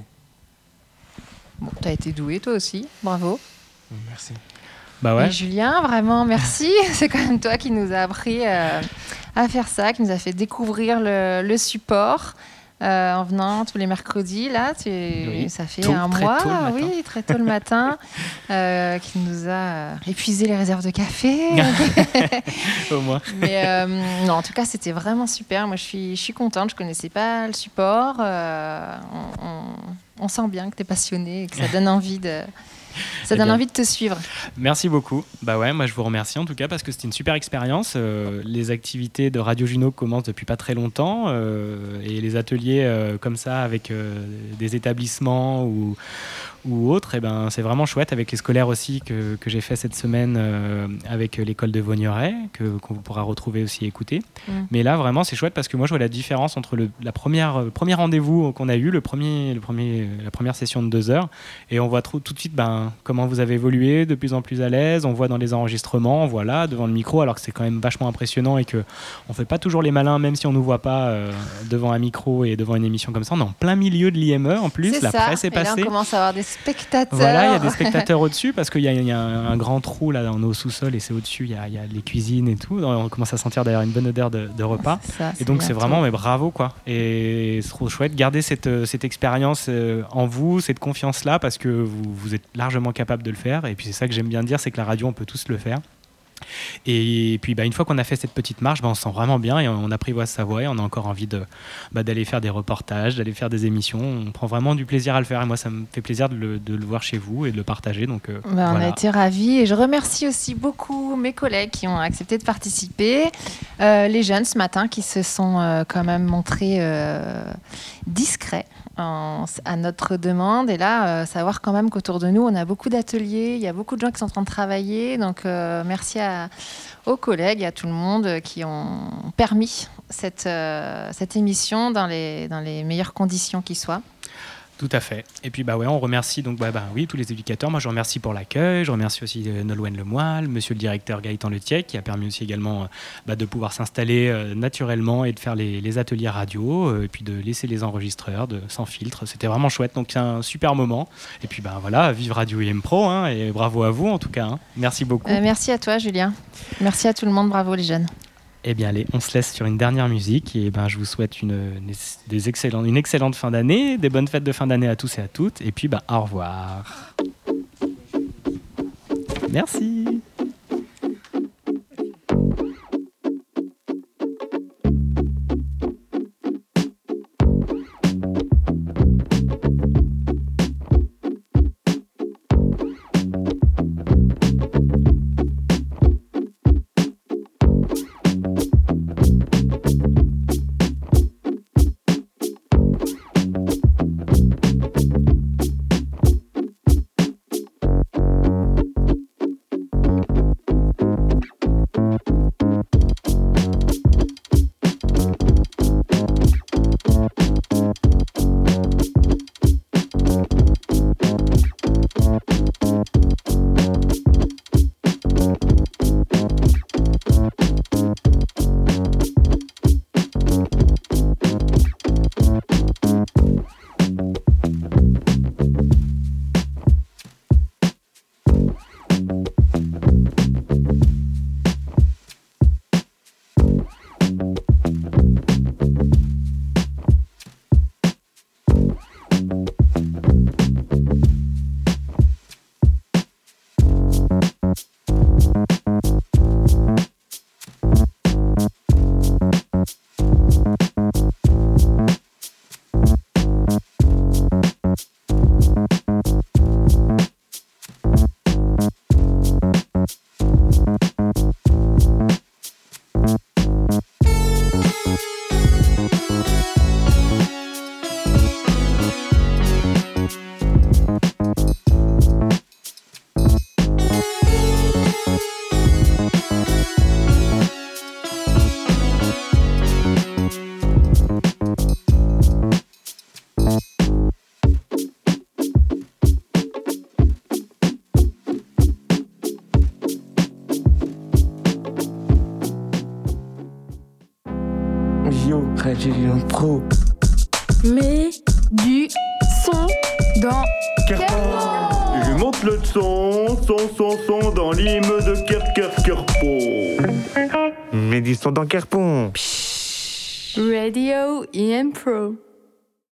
S4: Bon, t'as été doué toi aussi, bravo.
S1: Merci.
S9: Bah ouais.
S4: Et Julien, vraiment merci. C'est quand même toi qui nous a appris euh, à faire ça, qui nous a fait découvrir le, le support euh, en venant tous les mercredis. Là, tu,
S9: Oui,
S4: ça fait
S9: tôt,
S4: un
S9: très
S4: mois,
S9: tôt le matin.
S4: oui, très tôt le matin, euh, qui nous a euh, épuisé les réserves de café.
S9: Au moins.
S4: Mais euh, non, en tout cas, c'était vraiment super. Moi, je suis, je suis contente. Je connaissais pas le support. Euh, on, on- on sent bien que tu es passionné et que ça donne envie de, ça
S9: Eh
S4: donne
S9: bien.
S4: envie de te suivre.
S9: Merci beaucoup. Bah ouais, moi je vous remercie en tout cas parce que c'était une super expérience. Euh, les activités de Radio Juno commencent depuis pas très longtemps euh, et les ateliers euh, comme ça avec euh, des établissements ou, ou autres, eh ben, c'est vraiment chouette avec les scolaires aussi que, que j'ai fait cette semaine euh, avec l'école de Vaugneray, que, qu'on pourra retrouver aussi et écouter.
S4: Mm.
S9: Mais là vraiment c'est chouette parce que moi je vois la différence entre le la première, le premier rendez-vous qu'on a eu, le premier, le premier, la première session de deux heures et on voit trop, tout de suite ben, comment vous avez évolué, de plus en plus à l'aise, on voit dans les enregistrements, voilà, devant le micro, alors que c'est quand même vachement impressionnant et qu'on ne fait pas toujours les malins, même si on ne nous voit pas euh, devant un micro et devant une émission comme ça. On est en plein milieu de l'I M E en plus,
S4: C'est
S9: la
S4: ça.
S9: presse est
S4: Et là,
S9: passée.
S4: on commence à avoir des spectateurs.
S9: Voilà, il y a des spectateurs au-dessus parce qu'il y a, il y a un, un grand trou là dans nos sous-sols et c'est au-dessus, il y, a, il y a les cuisines et tout. On commence à sentir d'ailleurs une bonne odeur de, de repas.
S4: Ça,
S9: et donc
S4: c'est
S9: c'est
S4: bientôt.
S9: vraiment mais bravo quoi. Et c'est trop chouette. Gardez cette, euh, cette expérience euh, en vous, cette confiance-là parce que vous, vous êtes largement capable de le faire. Et puis c'est ça que j'aime bien dire, c'est que la radio, on peut tous le faire. Et puis bah, une fois qu'on a fait cette petite marche, bah, on se sent vraiment bien et on apprivoise sa voix et on a encore envie de, bah, d'aller faire des reportages, d'aller faire des émissions. On prend vraiment du plaisir à le faire et moi ça me fait plaisir de le, de le voir chez vous et de le partager. Donc, euh,
S4: Bah, on
S9: voilà.
S4: a été ravis et je remercie aussi beaucoup mes collègues qui ont accepté de participer, euh, les jeunes ce matin qui se sont euh, quand même montrés euh, discrets en- à notre demande. Et là, euh, savoir quand même qu'autour de nous, on a beaucoup d'ateliers, il y a beaucoup de gens qui sont en train de travailler. Donc euh, merci à, aux collègues et à tout le monde qui ont permis cette, euh, cette émission dans les, dans les meilleures conditions qui soient.
S9: Tout à fait. Et puis bah ouais, on remercie donc bah, bah, oui tous les éducateurs. Moi je remercie pour l'accueil. Je remercie aussi euh, Nolwenn Lemoyle, Monsieur le directeur Gaëtan Letiec qui a permis aussi également euh, bah, de pouvoir s'installer euh, naturellement et de faire les, les ateliers radio euh, et puis de laisser les enregistreurs de, sans filtre. C'était vraiment chouette. Donc c'est un super moment. Et puis bah voilà, vive Radio I M Pro hein, et bravo à vous en tout cas. Hein. Merci beaucoup.
S4: Euh, merci à toi, Julien. Merci à tout le monde. Bravo, les jeunes.
S9: Eh bien, allez, on se laisse sur une dernière musique et ben, je vous souhaite une, des excellentes, une excellente fin d'année, des bonnes fêtes de fin d'année à tous et à toutes, et puis ben, au revoir. Merci.
S1: Radio, Radio Impro.
S21: Mais du son dans
S3: Kerpon. Je monte le son, son, son, son dans l'hymne de Ker, Ker, Kerpon.
S15: Mais du son dans Kerpon.
S21: Radio Impro.